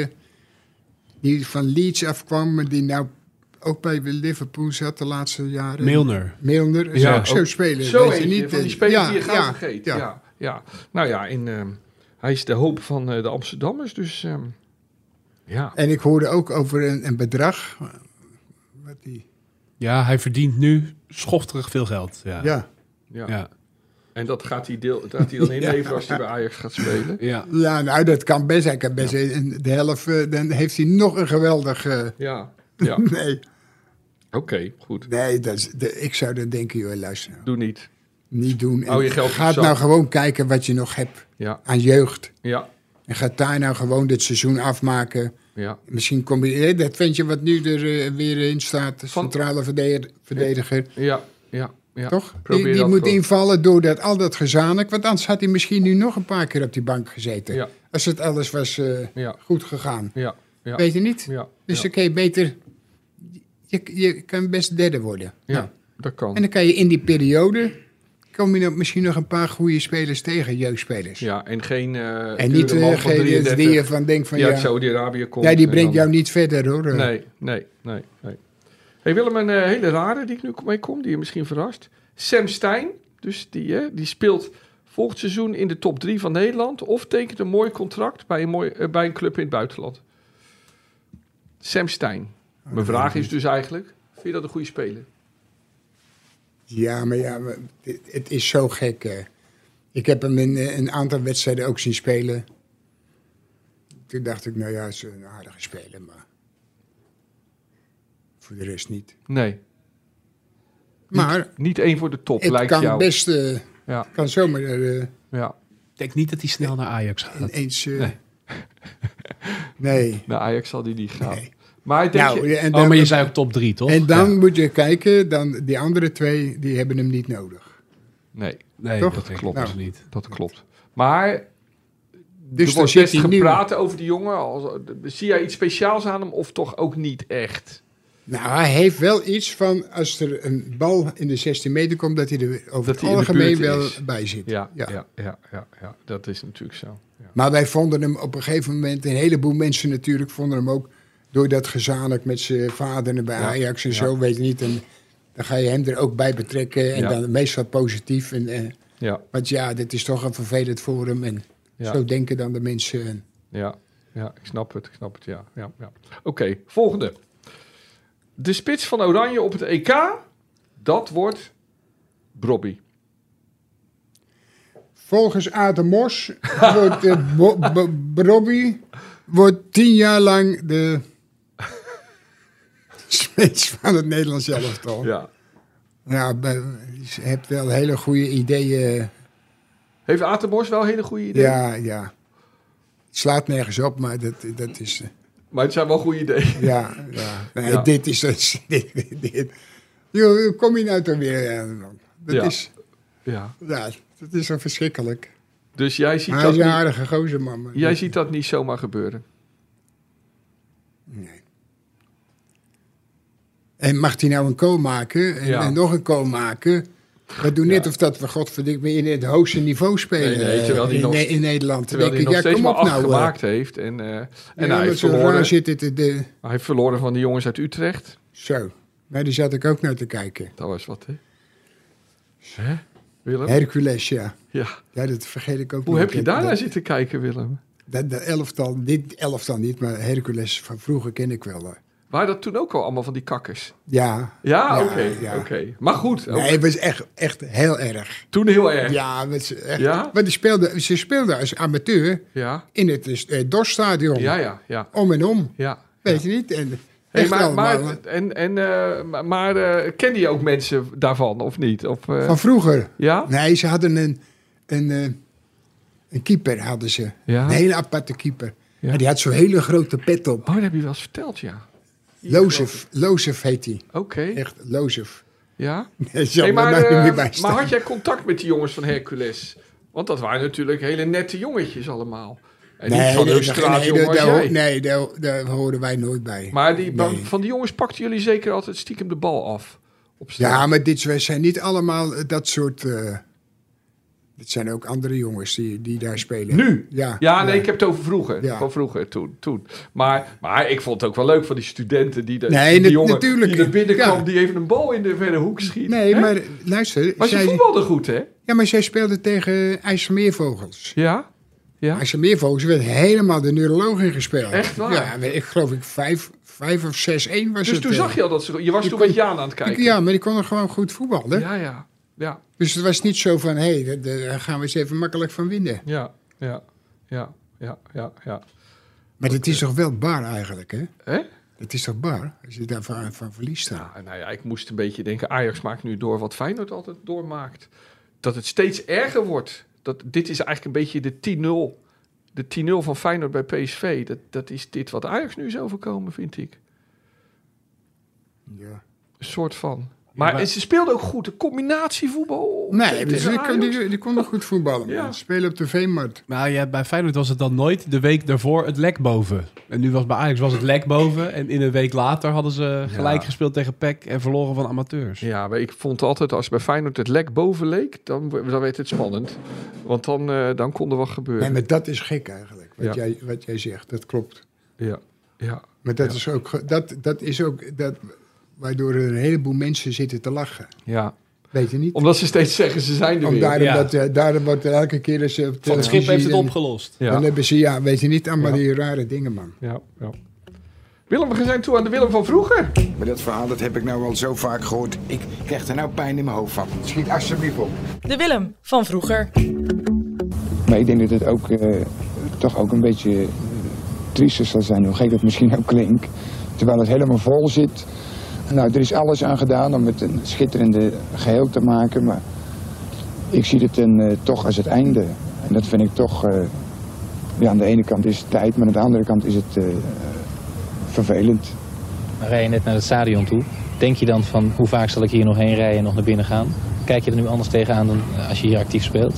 die van Leeds afkwam, maar die nou ook bij Liverpool zat de laatste jaren. Milner, is Ja, ook zo'n speler. Zo weet je eentje, niet. van die spelers die je gauw ja, vergeet. ja. Ja. Nou ja, hij is de hoop van de Amsterdammers, dus ja. En ik hoorde ook over een bedrag. Wat die, Ja, hij verdient nu schofterig veel geld. Ja. ja. Ja. En dat gaat hij dan inleveren als hij bij Ajax gaat spelen. Ja. Ja, nou, dat kan best. Hij kan best de helft, dan heeft hij nog een geweldig... Ja. Nee, Oké, goed. ik zou dan denken, joh, luister nou. Doe niet. Niet doen. Hou je geld op Ga zak. nou gewoon kijken wat je nog hebt Ja, aan jeugd. ja, En ga daar nou gewoon dit seizoen afmaken. ja. Misschien kom je... Dat ventje wat nu er weer in staat, de Van- centrale verdediger. Ja. Toch? Probeer Die dat moet gewoon. invallen door al dat gezanik. Want anders had hij misschien nu nog een paar keer op die bank gezeten. Ja. Als het alles was Ja. goed gegaan. Ja. Weet je niet? Ja. Dus dan kun je beter... Je kan best derde worden. Ja, dat kan. En dan kan je in die periode... Kom je misschien nog een paar goede spelers tegen, jeugdspelers. Ja, en geen En niet dure man van degene 33 die je van denkt van die uit ja... Saudi-Arabië komt. Ja, die en brengt dan- jou niet verder hoor. Nee. Hey Willem, een hele rare die ik nu mee kom, die je misschien verrast. Sam Stein, dus die speelt volgend seizoen in de top 3 van Nederland... of tekent een mooi contract bij een club in het buitenland. Sam Stein. Mijn vraag is dus eigenlijk, vind je dat een goede speler? Ja, maar het is zo gek. Ik heb hem in een aantal wedstrijden ook zien spelen. Toen dacht ik, nou ja, het is een aardige speler, maar voor de rest niet. Nee, Maar niet één voor de top, het lijkt kan jou. best, Ja, kan zomaar ja. Ik denk niet dat hij snel naar Ajax gaat. ineens... Nee. Nee. Naar Ajax zal die niet gaan. Nee. Maar denk Nou, je... en Oh, dan, maar je zei ook top 3, toch? en dan Ja. moet je kijken, dan die andere twee, die hebben hem niet nodig. Nee, Nee, Toch? dat denk Klopt. ik dus niet. dat klopt. Maar Dus er dan wordt zit best hij nu... gepraat over die jongen. Zie jij iets speciaals aan hem of toch ook niet echt? Nou, hij heeft wel iets van, als er een bal in de 16 meter komt, dat hij er over Dat het hij in de algemeen buurt wel is. bij zit. Ja. Ja. Dat is natuurlijk zo. Ja. Maar wij vonden hem op een gegeven moment, een heleboel mensen natuurlijk, vonden hem ook door dat gezanik met zijn vader bij Ja. Ajax en Ja. zo, weet je niet. En dan ga je hem er ook bij betrekken en Ja. dan meestal positief. Ja, Want ja, dit is toch een vervelend voor hem en Ja. zo denken dan de mensen. ja, ik snap het, ja. Oké, volgende. De spits van Oranje op het EK, dat wordt Brobby. Volgens Aad Mos wordt Brobby wordt 10 jaar lang de spits van het Nederlands elftal. Ja. Ja, je hebt wel hele goede ideeën. Heeft Atemos wel hele goede ideeën? Ja. Het slaat nergens op, maar dat is... Maar het zijn wel goede ideeën. Ja. Nee, Ja. dit is... dit. Joh, kom je nou toch weer? Dat Ja. is... Ja. Ja, dat is zo verschrikkelijk. Dus jij ziet Hij dat is een niet, aardige gozer, man. maar- jij ziet dat niet zomaar gebeuren. Nee. En mag hij nou een goal maken en, Ja. en nog een goal maken... We doen net of dat we godverdikke in het hoogste niveau spelen terwijl die nog, in Nederland. Terwijl hij nog steeds maar 8 gemaakt heeft. En hij heeft verloren. Hij heeft verloren van die jongens uit Utrecht. Zo, die zat ik ook naar te kijken. Dat was wat, hè? Willem? Hercules, ja. Ja, dat vergeet ik ook Hoe heb je daarnaar zitten kijken, Willem? Dat elftal, dit elftal niet, maar Hercules van vroeger ken ik wel. Waren dat toen ook al allemaal van die kakkers? Ja. Ja, oké. Maar goed. Nee, het was echt heel erg. Toen heel erg? Ja, maar ze speelden als amateur in het Dorststadion. Ja. Om en om. Ja. Weet je niet? En Maar kende je ook mensen daarvan, of niet? Of, van vroeger? Ja? Nee, ze hadden een keeper, hadden ze. Ja? Een hele aparte keeper. Ja. En die had zo'n hele grote pet op. Oh, dat heb je wel eens verteld, ja. Lozef heet hij. Oké. Echt, Lozef. Ja? Maar had jij contact met die jongens van Hercules? Want dat waren natuurlijk hele nette jongetjes allemaal. En niet van hun straatjongen als jij. Daar hoorden wij nooit bij. Maar van die jongens pakten jullie zeker altijd stiekem de bal af? Op straat. Ja, maar dit zijn niet allemaal dat soort... dit zijn ook andere jongens die daar spelen. Nu? Ja, nee, ik heb het over vroeger. Ja. Van vroeger, toen. Maar ik vond het ook wel leuk van die studenten die die jongen natuurlijk, die er binnenkwam, die even een bal in de verre hoek schiet. Nee, maar luister... Maar ze voetbalden goed, hè? Ja, maar zij speelden tegen IJsselmeervogels. Ja? IJsselmeervogels werd helemaal de neuroloog ingespeeld. Echt waar? Ja, ik geloof 5 of 6-1 was het. Dus toen zag je al dat je was toen met Jaan aan het kijken? Ja, maar die konden gewoon goed voetballen. Ja. Dus het was niet zo van, daar gaan we eens even makkelijk van winnen. Ja. Maar het is toch wel bar eigenlijk, hè? Hè? Het is toch bar, als je daarvan verliest dan. Nou ja, ik moest een beetje denken, Ajax maakt nu door wat Feyenoord altijd doormaakt. Dat het steeds erger wordt. Dit is eigenlijk een beetje de 10-0. De 10-0 van Feyenoord bij PSV. Dat is dit wat Ajax nu is overkomen, vind ik. Ja. Een soort van... Maar ze speelden ook goed, een combinatievoetbal. Nee, die konden goed voetballen. Ja. Spelen op de Veemarkt. Maar bij Feyenoord was het dan nooit de week daarvoor het lek boven. En nu bij Ajax was het lek boven. En in een week later hadden ze gelijk gespeeld tegen PEC en verloren van amateurs. Ja, maar ik vond altijd als bij Feyenoord het lek boven leek, dan werd het spannend. Want dan kon er wat gebeuren. Nee, maar dat is gek eigenlijk, wat jij zegt. Dat klopt. Ja. Maar dat is ook... waardoor er een heleboel mensen zitten te lachen. Ja. Weet je niet? Omdat ze steeds zeggen, ze zijn er weer. Daarom wordt elke keer... Als ze van het schip heeft het opgelost. Dan hebben ze, weet je niet, allemaal die rare dingen, man. Ja. Willem, we zijn toe aan de Willem van vroeger. Maar dat verhaal, dat heb ik nou al zo vaak gehoord. Ik krijg er nou pijn in mijn hoofd van. Schiet alsjeblieft op. De Willem van vroeger. Maar ik denk dat het ook toch ook een beetje triester zal zijn, hoe gek dat misschien ook klinkt. Terwijl het helemaal vol zit... Nou, er is alles aan gedaan om het een schitterende geheel te maken, maar ik zie het toch als het einde. En dat vind ik toch, aan de ene kant is het tijd, maar aan de andere kant is het vervelend. Dan rij je net naar het stadion toe. Denk je dan van, hoe vaak zal ik hier nog heen rijden en nog naar binnen gaan? Kijk je er nu anders tegenaan dan als je hier actief speelt?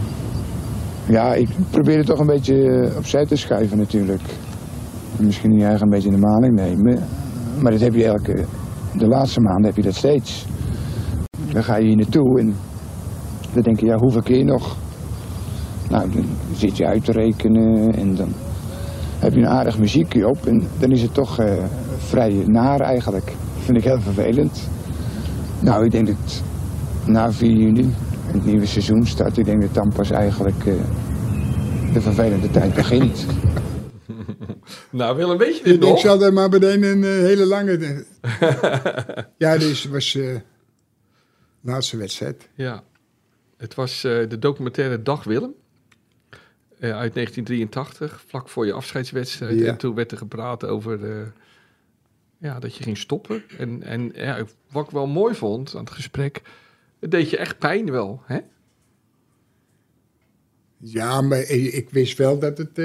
Ja, ik probeer het toch een beetje opzij te schuiven natuurlijk. Misschien je eigen een beetje in de maling nemen, maar dat heb je de laatste maanden heb je dat steeds. Dan ga je hier naartoe en dan denk je, hoeveel keer nog? Nou, dan zit je uit te rekenen en dan heb je een aardig muziekje op en dan is het toch vrij naar eigenlijk. Dat vind ik heel vervelend. Nou, ik denk dat na 4 juni het nieuwe seizoen start, ik denk dat dan pas eigenlijk de vervelende tijd begint. Nou, Willem, weet je dit nog? Ik zal er maar meteen een hele lange... Ja, dit was de laatste wedstrijd. Ja, het was de documentaire Dag Willem. Uit 1983, vlak voor je afscheidswedstrijd. Ja. En toen werd er gepraat over dat je ging stoppen. En wat ik wel mooi vond aan het gesprek, het deed je echt pijn wel, hè? Ja, maar ik wist wel dat het...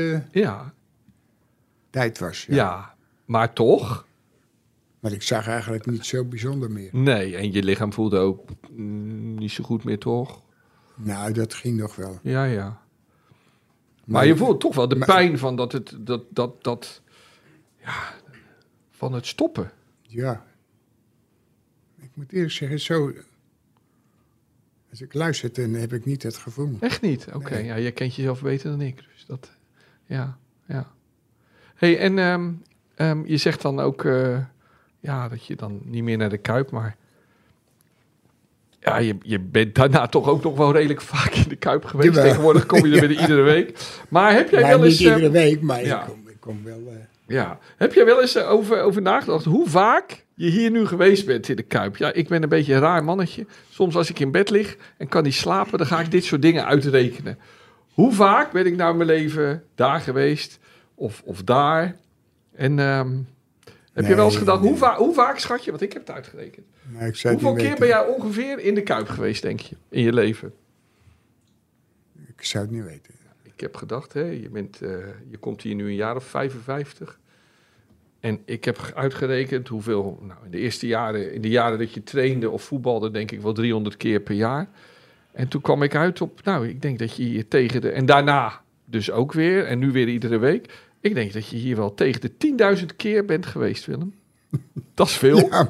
tijd was. Ja, maar toch? Maar ik zag eigenlijk niet zo bijzonder meer. Nee, en je lichaam voelde ook niet zo goed meer, toch? Nou, dat ging nog wel. Ja. Maar je voelt toch wel de pijn van dat van het stoppen. Ja. Ik moet eerlijk zeggen, zo... Als ik luister, dan heb ik niet het gevoel. Echt niet? Oké, Nee. ja, je kent jezelf beter dan ik. Dus dat, ja. Hey, en je zegt dan ook dat je dan niet meer naar de Kuip, maar ja, je bent daarna toch ook nog wel redelijk vaak in de Kuip geweest. Jawel. Tegenwoordig kom je er weer iedere week. Maar heb jij Maar wel eens... niet iedere week, maar ja. ik kom wel... Ja, heb jij wel eens over nagedacht hoe vaak je hier nu geweest bent in de Kuip? Ja, ik ben een beetje een raar mannetje. Soms als ik in bed lig en kan niet slapen, dan ga ik dit soort dingen uitrekenen. Hoe vaak ben ik nou in mijn leven daar geweest of daar? En heb je wel eens gedacht, hoe vaak schat je? Want ik heb het uitgerekend. Maar ik zou het Hoeveel niet keer ben weten. jij ongeveer in de Kuip geweest, denk je, in je leven? Ik zou het niet weten. Ik heb gedacht, je komt hier nu een jaar of 55. En ik heb uitgerekend hoeveel, in de jaren dat je trainde of voetbalde, denk ik wel 300 keer per jaar. En toen kwam ik uit op, ik denk dat je hier en daarna dus ook weer, en nu weer iedere week. Ik denk dat je hier wel tegen de 10.000 keer bent geweest, Willem. Dat is veel. Ja,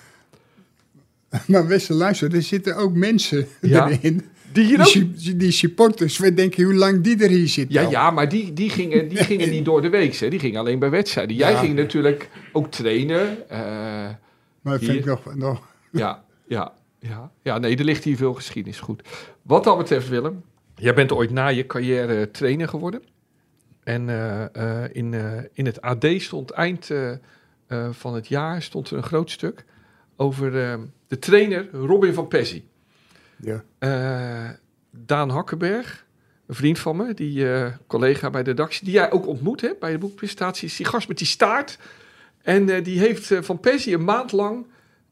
maar beste luister, er zitten ook mensen erin. Die hier ook... Die supporters, we denken hoe lang die er hier zitten. Ja, maar die gingen niet door de week. Hè. Die gingen alleen bij wedstrijden. Jij ging natuurlijk ook trainen. Maar dat hier. vind ik nog... Ja, nee, er ligt hier veel geschiedenis. Goed. Wat dat betreft, Willem. Jij bent ooit na je carrière trainer geworden. En in het AD stond eind van het jaar stond er een groot stuk over de trainer Robin van Persie. Ja. Daan Hakkenberg, een vriend van me, die collega bij de redactie, die jij ook ontmoet hebt bij de boekpresentatie, is die gast met die staart. En die heeft Van Persie een maand lang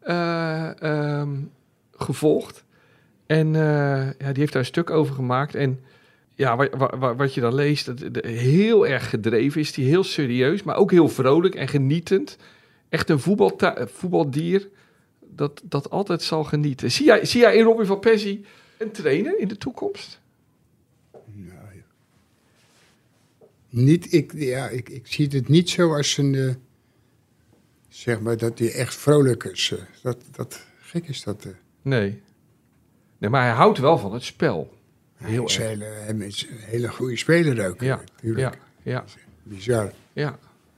gevolgd. En die heeft daar een stuk over gemaakt. En ja, wat je dan leest, heel erg gedreven is, die heel serieus, maar ook heel vrolijk en genietend. Echt een voetbaldier dat altijd zal genieten. Zie jij in Robin van Persie een trainer in de toekomst? Ik zie het niet zo als een... zeg maar dat hij echt vrolijk is. Gek is dat. Nee, maar hij houdt wel van het spel. Hij is een hele goede speler ook. Ja, natuurlijk. ja. Bizar. Ja.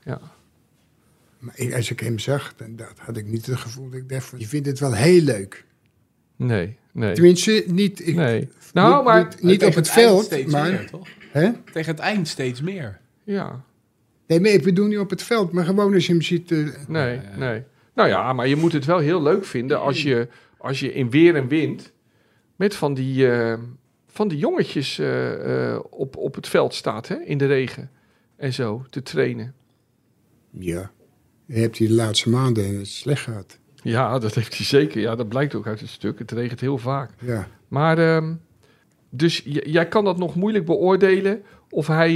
Maar als ik hem zag, dan had ik niet het gevoel dat ik dacht van, je vindt het wel heel leuk. Nee. Tenminste, niet... Nee. Niet op het veld, maar... Meer, toch? Hè? Tegen het eind steeds meer. Ja. Nee, maar ik bedoel niet op het veld, maar gewoon als je hem ziet... Nee. Nou ja, maar je moet het wel heel leuk vinden als je in weer en wind met van die jongetjes op het veld staat, hè, in de regen en zo, te trainen. Ja, je hebt die de laatste maanden het slecht gehad. Ja, dat heeft hij zeker. Ja, dat blijkt ook uit het stuk. Het regent heel vaak. Ja. Maar, dus jij kan dat nog moeilijk beoordelen of hij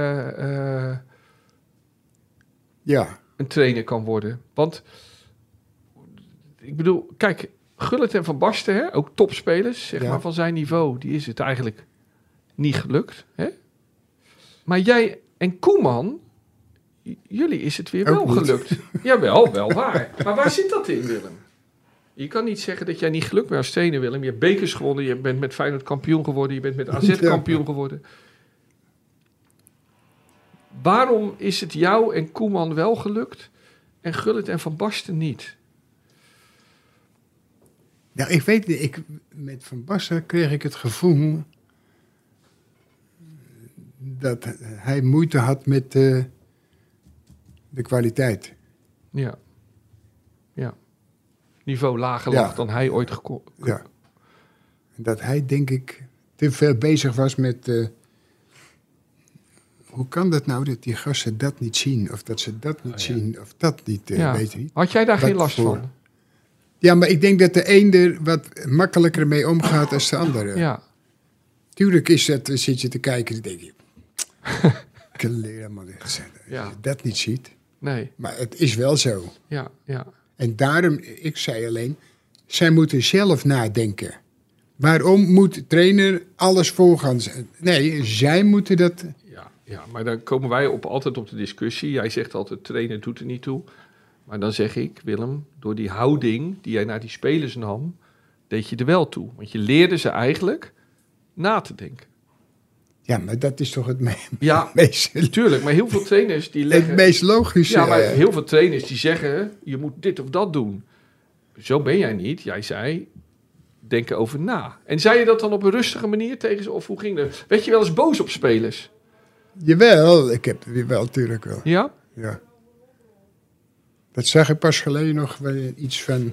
een trainer kan worden. Want, ik bedoel, kijk, Gullit en Van Basten, hè, ook topspelers, zeg maar, van zijn niveau, die is het eigenlijk niet gelukt. Hè? Maar jij en Koeman, jullie is het weer ook wel niet. gelukt. Jawel, wel waar. Maar waar zit dat in, Willem? Je kan niet zeggen dat jij niet gelukt bent als trainer, Willem. Je hebt bekers gewonnen, je bent met Feyenoord kampioen geworden, je bent met AZ kampioen geworden. Waarom is het jou en Koeman wel gelukt en Gullit en Van Basten niet? Nou, ik weet niet. Met Van Basten kreeg ik het gevoel dat hij moeite had met de kwaliteit. Ja. Niveau lager lag dan hij ooit gekomen. Ja. Dat hij, denk ik, te veel bezig was met... hoe kan dat nou dat die gasten dat niet zien? Of dat ze dat niet zien? Of dat niet, weet je niet. Had jij daar Wat geen last voor- van? Ja, maar ik denk dat de een er wat makkelijker mee omgaat dan de andere. Ja. Tuurlijk is dat, zit je te kijken en denk je... ik kan helemaal niet zeggen. Ja. Als je dat niet ziet. Nee. Maar het is wel zo. Ja. En daarom, ik zei alleen... zij moeten zelf nadenken. Waarom moet de trainer alles voorgaan? Nee, zij moeten dat... Ja, maar dan komen wij altijd op de discussie. Jij zegt altijd, trainer doet er niet toe. Maar dan zeg ik, Willem, door die houding die jij naar die spelers nam... deed je er wel toe. Want je leerde ze eigenlijk na te denken. Ja, maar dat is toch het Ja, meest... tuurlijk. Maar heel veel trainers die leggen... Het meest logische. Ja, maar heel veel trainers die zeggen, je moet dit of dat doen. Zo ben jij niet. Jij zei, denk erover na. En zei je dat dan op een rustige manier tegen ze? Of hoe ging dat? Werd je wel eens boos op spelers? Jawel, ik heb wel natuurlijk wel. Ja? Ja. Dat zag ik pas geleden nog iets van...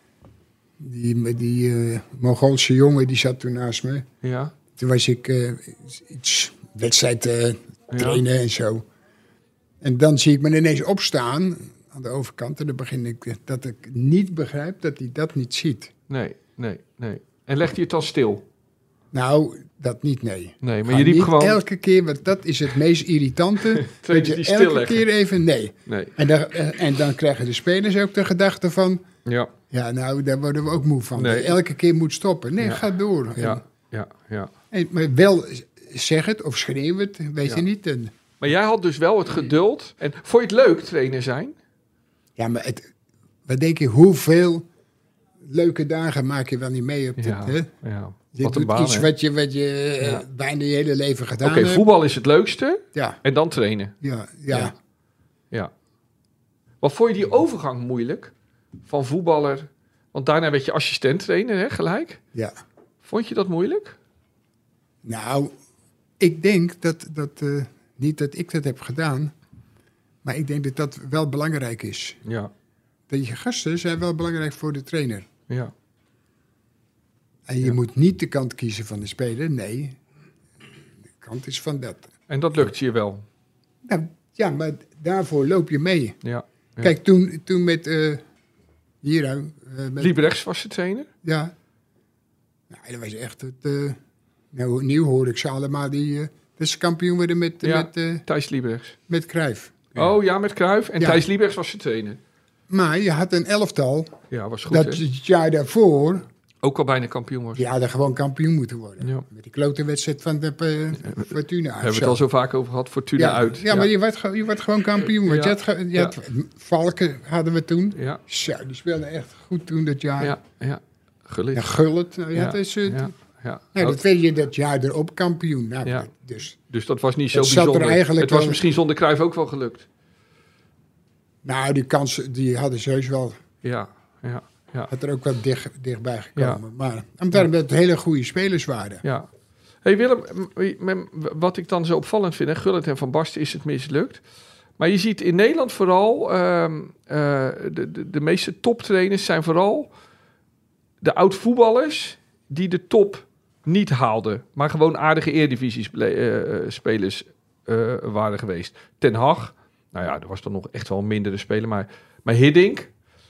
Die Mongoolse jongen, die zat toen naast me. Ja. Toen was ik iets wedstrijd trainen en zo. En dan zie ik me ineens opstaan aan de overkant. En dan begin ik dat ik niet begrijp dat hij dat niet ziet. Nee. En legt hij het dan stil? Nou, dat niet, nee. Nee, maar je riep niet gewoon... elke keer, want dat is het meest irritante. Dat je elke keer even, nee. En dan krijgen de spelers ook de gedachte van... Ja, nou, daar worden we ook moe van. Nee. Elke keer moet stoppen. Nee, ga door. Ja. Maar wel zeg het of schreeuw het, weet je niet. En... Maar jij had dus wel het geduld. En vond je het leuk, trainer zijn? Ja, maar wat denk je, hoeveel leuke dagen maak je wel niet mee op dit, hè? Ja. Je doet baan, iets wat je bijna je hele leven gedaan hebt. Oké, voetbal is het leukste. Ja. En dan trainen. Ja. Wat vond je die overgang moeilijk? Van voetballer... Want daarna werd je assistent trainer, hè, gelijk? Ja. Vond je dat moeilijk? Nou, ik denk dat niet dat ik dat heb gedaan... maar ik denk dat dat wel belangrijk is. Ja. Dat je gasten zijn wel belangrijk voor de trainer. Ja. En je moet niet de kant kiezen van de speler, nee. De kant is van dat. En dat lukt je wel? Nou, ja, maar daarvoor loop je mee. Ja. Kijk, toen met... Liebrechts was de trainer? Ja. Nou, dat was echt het... nieuw hoor ik ze allemaal dat ze kampioen werden met Thijs Liebrechts. Met Cruijff. Ja. Oh ja, met Cruijff. En Thijs Liebrechts was de trainer. Maar je had een elftal... Ja, was goed, dat het jaar daarvoor... Ook al bijna kampioen was. Die hadden gewoon kampioen moeten worden. Ja. Met die klote wedstrijd van de Fortuna. Hebben we het al zo vaak over gehad, Fortuna uit. Ja, maar je werd gewoon kampioen. Want je had Valken hadden we toen. Ja. Zo, die speelden echt goed toen dat jaar. Ja. Gullit. Ja, Gullit. Dat weet je dat jaar erop kampioen. Nou, dus dat was niet zo bijzonder. Het was misschien zonder Cruijff ook wel gelukt. Nou, die kansen die hadden ze heus wel. Ja. Had er ook wel dichtbij gekomen. Maar omdat het hele goede spelers waren. Ja. Hey Willem, wat ik dan zo opvallend vind, Gullit en Van Basten is het mislukt. Maar je ziet in Nederland vooral, de meeste toptrainers zijn vooral de oud-voetballers die de top niet haalden. Maar gewoon aardige Eredivisie-spelers waren geweest. Ten Hag, nou ja, er was dan nog echt wel een mindere speler. Maar Hiddink,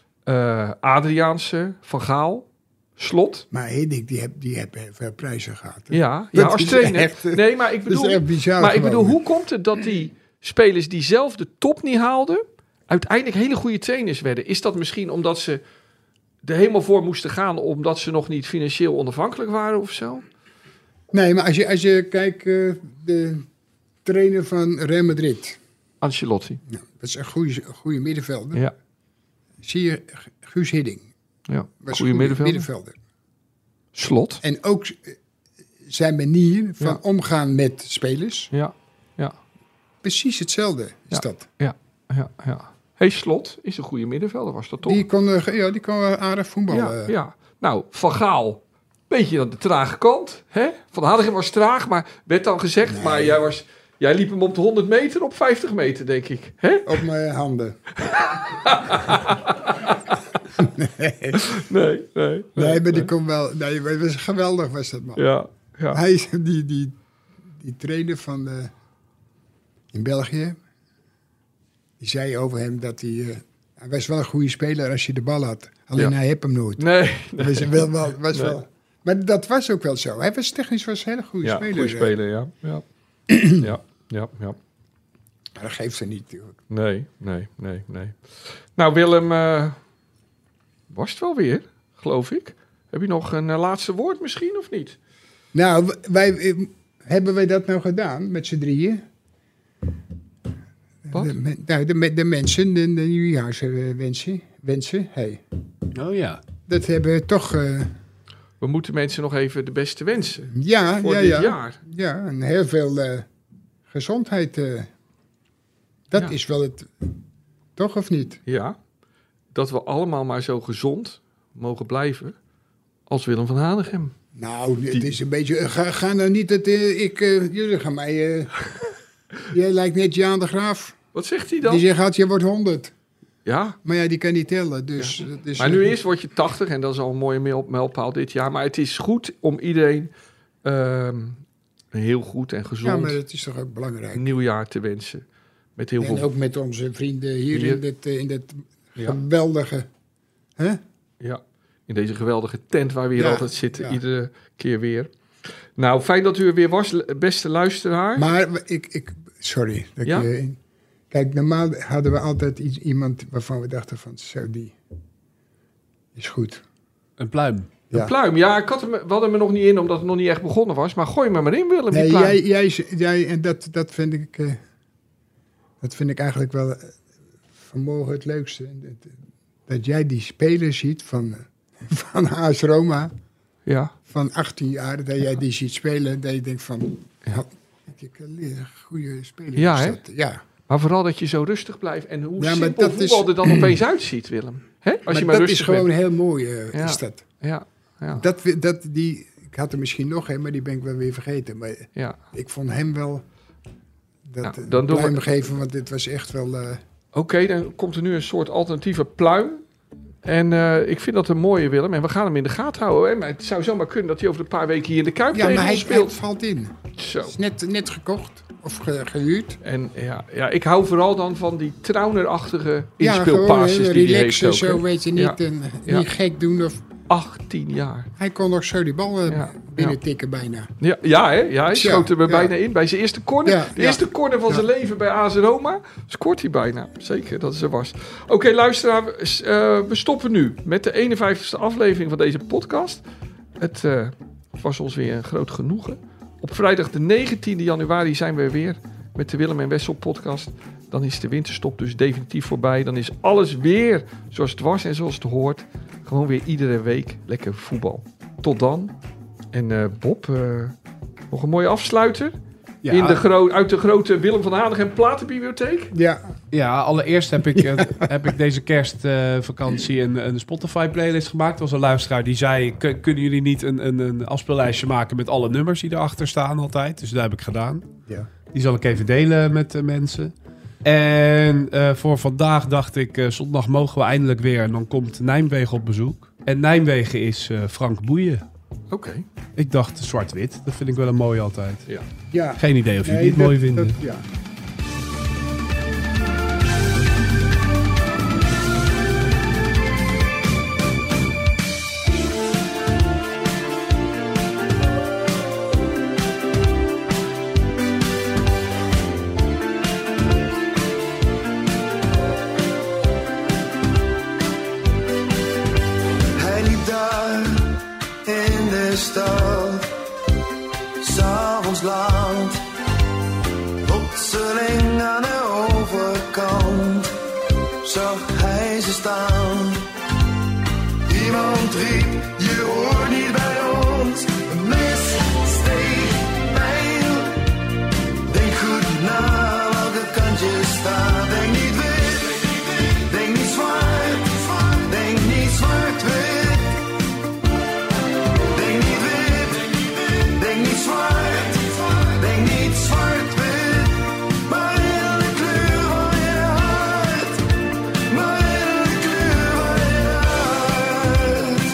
Adriaanse, Van Gaal, Slot. Maar Hiddink, die heb veel prijzen gehad. Hè? Ja, als trainer. Echt, nee, maar ik bedoel, dat is echt bizar hoe komt het dat die spelers die zelf de top niet haalden, uiteindelijk hele goede trainers werden? Is dat misschien omdat ze er helemaal voor moesten gaan, omdat ze nog niet financieel onafhankelijk waren of zo? Nee, maar als je kijkt, de trainer van Real Madrid. Ancelotti. Ja, dat is een goede middenvelder. Ja. Zie je Guus Hiddink. Ja, goede middenvelder. Slot. En ook zijn manier van omgaan met spelers. Ja. Precies hetzelfde is dat. Ja. Hey, Slot is een goede middenvelder, was dat toch? Die kon aardig voetballen. Ja. Nou, Van Gaal, beetje aan de trage kant. Hè? Van Hadegem was traag, maar werd dan gezegd... Nee. Maar jij liep hem op de 100 meter, op 50 meter, denk ik. Hè? Op mijn handen. Nee, maar die kon wel... Nee, het was geweldig, was dat, man. Ja. Hij is die trainer van... in België... Die zei over hem dat hij was wel een goede speler als je de bal had. Alleen hij heeft hem nooit. Nee. Wel. Maar dat was ook wel zo. Hij was technisch een hele goede speler. Goede speler, ja. Ja. Maar dat geeft ze niet natuurlijk. Nee. Nou Willem, was het wel weer, geloof ik. Heb je nog een laatste woord misschien of niet? Nou, hebben wij dat nou gedaan met z'n drieën? Wat? De mensen, de nieuwjaarswensen. Hey. Oh ja. Dat hebben we toch... we moeten mensen nog even de beste wensen Ja, voor dit jaar. Ja, en heel veel gezondheid. Dat is wel het... Toch of niet? Ja, dat we allemaal maar zo gezond mogen blijven als Willem van Hanegem. Nou, het is een beetje... Ga nou niet dat jullie gaan mij... jij lijkt net Jaan de Graaf. Wat zegt hij dan? Die zegt, je wordt 100. Ja. Maar ja, die kan niet tellen. Dus, dat is, maar nu eerst word je 80 en dat is al een mooie mijlpaal dit jaar. Maar het is goed om iedereen heel goed en gezond... Ja, maar het is toch ook belangrijk. ...een nieuwjaar te wensen. Met heel en veel... ook met onze vrienden hier in dit geweldige... Hè? Ja, in deze geweldige tent waar we hier altijd zitten. Iedere keer weer. Nou, fijn dat u er weer was, beste luisteraar. Maar sorry. Kijk, normaal hadden we altijd iemand waarvan we dachten van... Zo, die is goed. Een pluim. Ja. Een pluim, ja. We hadden me nog niet in, omdat het nog niet echt begonnen was. Maar gooi me maar in, Willem, nee, die pluim. Jij en dat vind ik... dat vind ik eigenlijk wel vanmorgen het leukste. Dat jij die spelers ziet van AS Roma... Ja. Van 18 jaar, dat jij die ziet spelen... dat je denkt van... een goede speler. Ja, hè? Ja. Maar vooral dat je zo rustig blijft. En hoe simpel voetbal er dan opeens uitziet, Willem. Hè? Als je maar dat rustig is gewoon bent. heel mooi, is dat. Ja. Ik had er misschien nog een, maar die ben ik wel weer vergeten. Maar ik vond hem wel... Dan pluim geven, want dit was echt wel... Oké, dan komt er nu een soort alternatieve pluim. En ik vind dat een mooie, Willem. En we gaan hem in de gaten houden. Hè? Maar het zou zomaar kunnen dat hij over een paar weken hier in de Kuip tegen ons speelt. Hij valt in. Zo. Is net gekocht of gehuurd. En ik hou vooral dan van die Trauner-achtige inspeelpasses die hij heeft ook. Zo weet je niet, niet gek doen of... 18 jaar. Hij kon nog zo die bal binnentikken bijna. Hij schoot er bijna in. Bij zijn eerste corner. De eerste corner van zijn leven bij AS Roma. Scoort hij bijna. Zeker, dat is er was. Oké, luisteraar. We stoppen nu met de 51ste aflevering van deze podcast. Het was ons weer een groot genoegen. Op vrijdag de 19e januari zijn we weer met de Willem en Wessel podcast. Dan is de winterstop dus definitief voorbij. Dan is alles weer zoals het was en zoals het hoort. Gewoon weer iedere week lekker voetbal. Tot dan. En Bob, nog een mooie afsluiter. Ja. Uit de grote Willem van Hanegem platenbibliotheek. Ja, allereerst heb ik deze kerstvakantie een Spotify-playlist gemaakt. Er was een luisteraar die zei... Kunnen jullie niet een afspeellijstje maken met alle nummers die erachter staan altijd? Dus dat heb ik gedaan. Ja. Die zal ik even delen met de mensen. En voor vandaag dacht ik... zondag mogen we eindelijk weer. En dan komt Nijmegen op bezoek. En Nijmegen is Frank Boeien. Oké. Ik dacht zwart-wit. Dat vind ik wel een mooi altijd. Ja. Geen idee of jullie het mooi vinden. Ja. Land, plotseling aan de overkant zag hij ze staan. Iemand riep, je hoort niet bij ons. Een mes steeg pijl. Denk goed na welke kant je staat. Denk niet wit, denk niet zwart, denk niet zwart-wit. Denk niet wit, denk niet zwart. Denk niet zwart-wit, maar in de kleur van je hart. Maar in de kleur van je hart.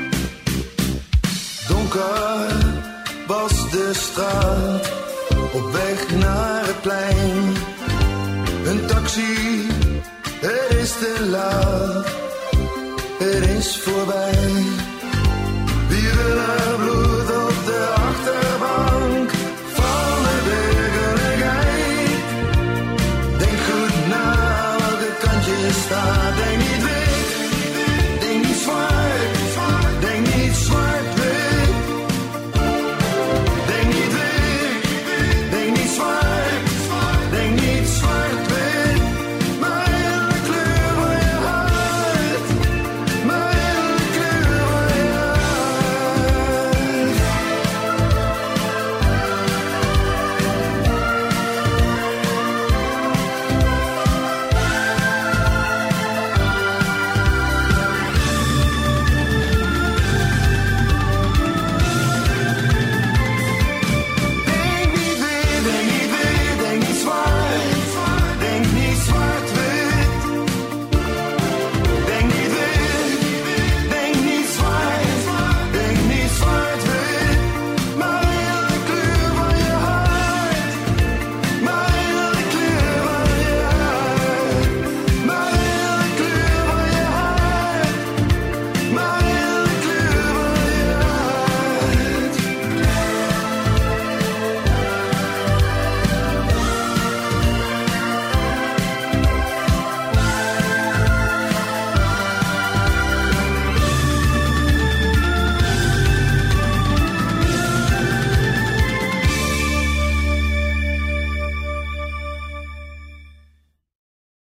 Donker was de straat, op weg naar het plein. Een taxi, het is te laat, het is voorbij. Wierenlui bloed op de achterbank. Denk niet wit, denk niet zwart, denk niet zwart-wit. Denk niet wit, denk niet zwart, denk niet zwart-wit. Maar in de kleur van je hart, maar in de kleur van je hart.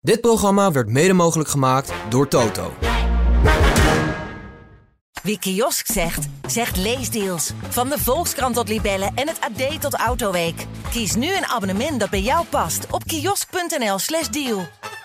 Dit programma werd mede mogelijk gemaakt door Toto. Wie kiosk zegt, zegt leesdeals. Van de Volkskrant tot Libellen en het AD tot Autoweek. Kies nu een abonnement dat bij jou past op kiosk.nl/deal.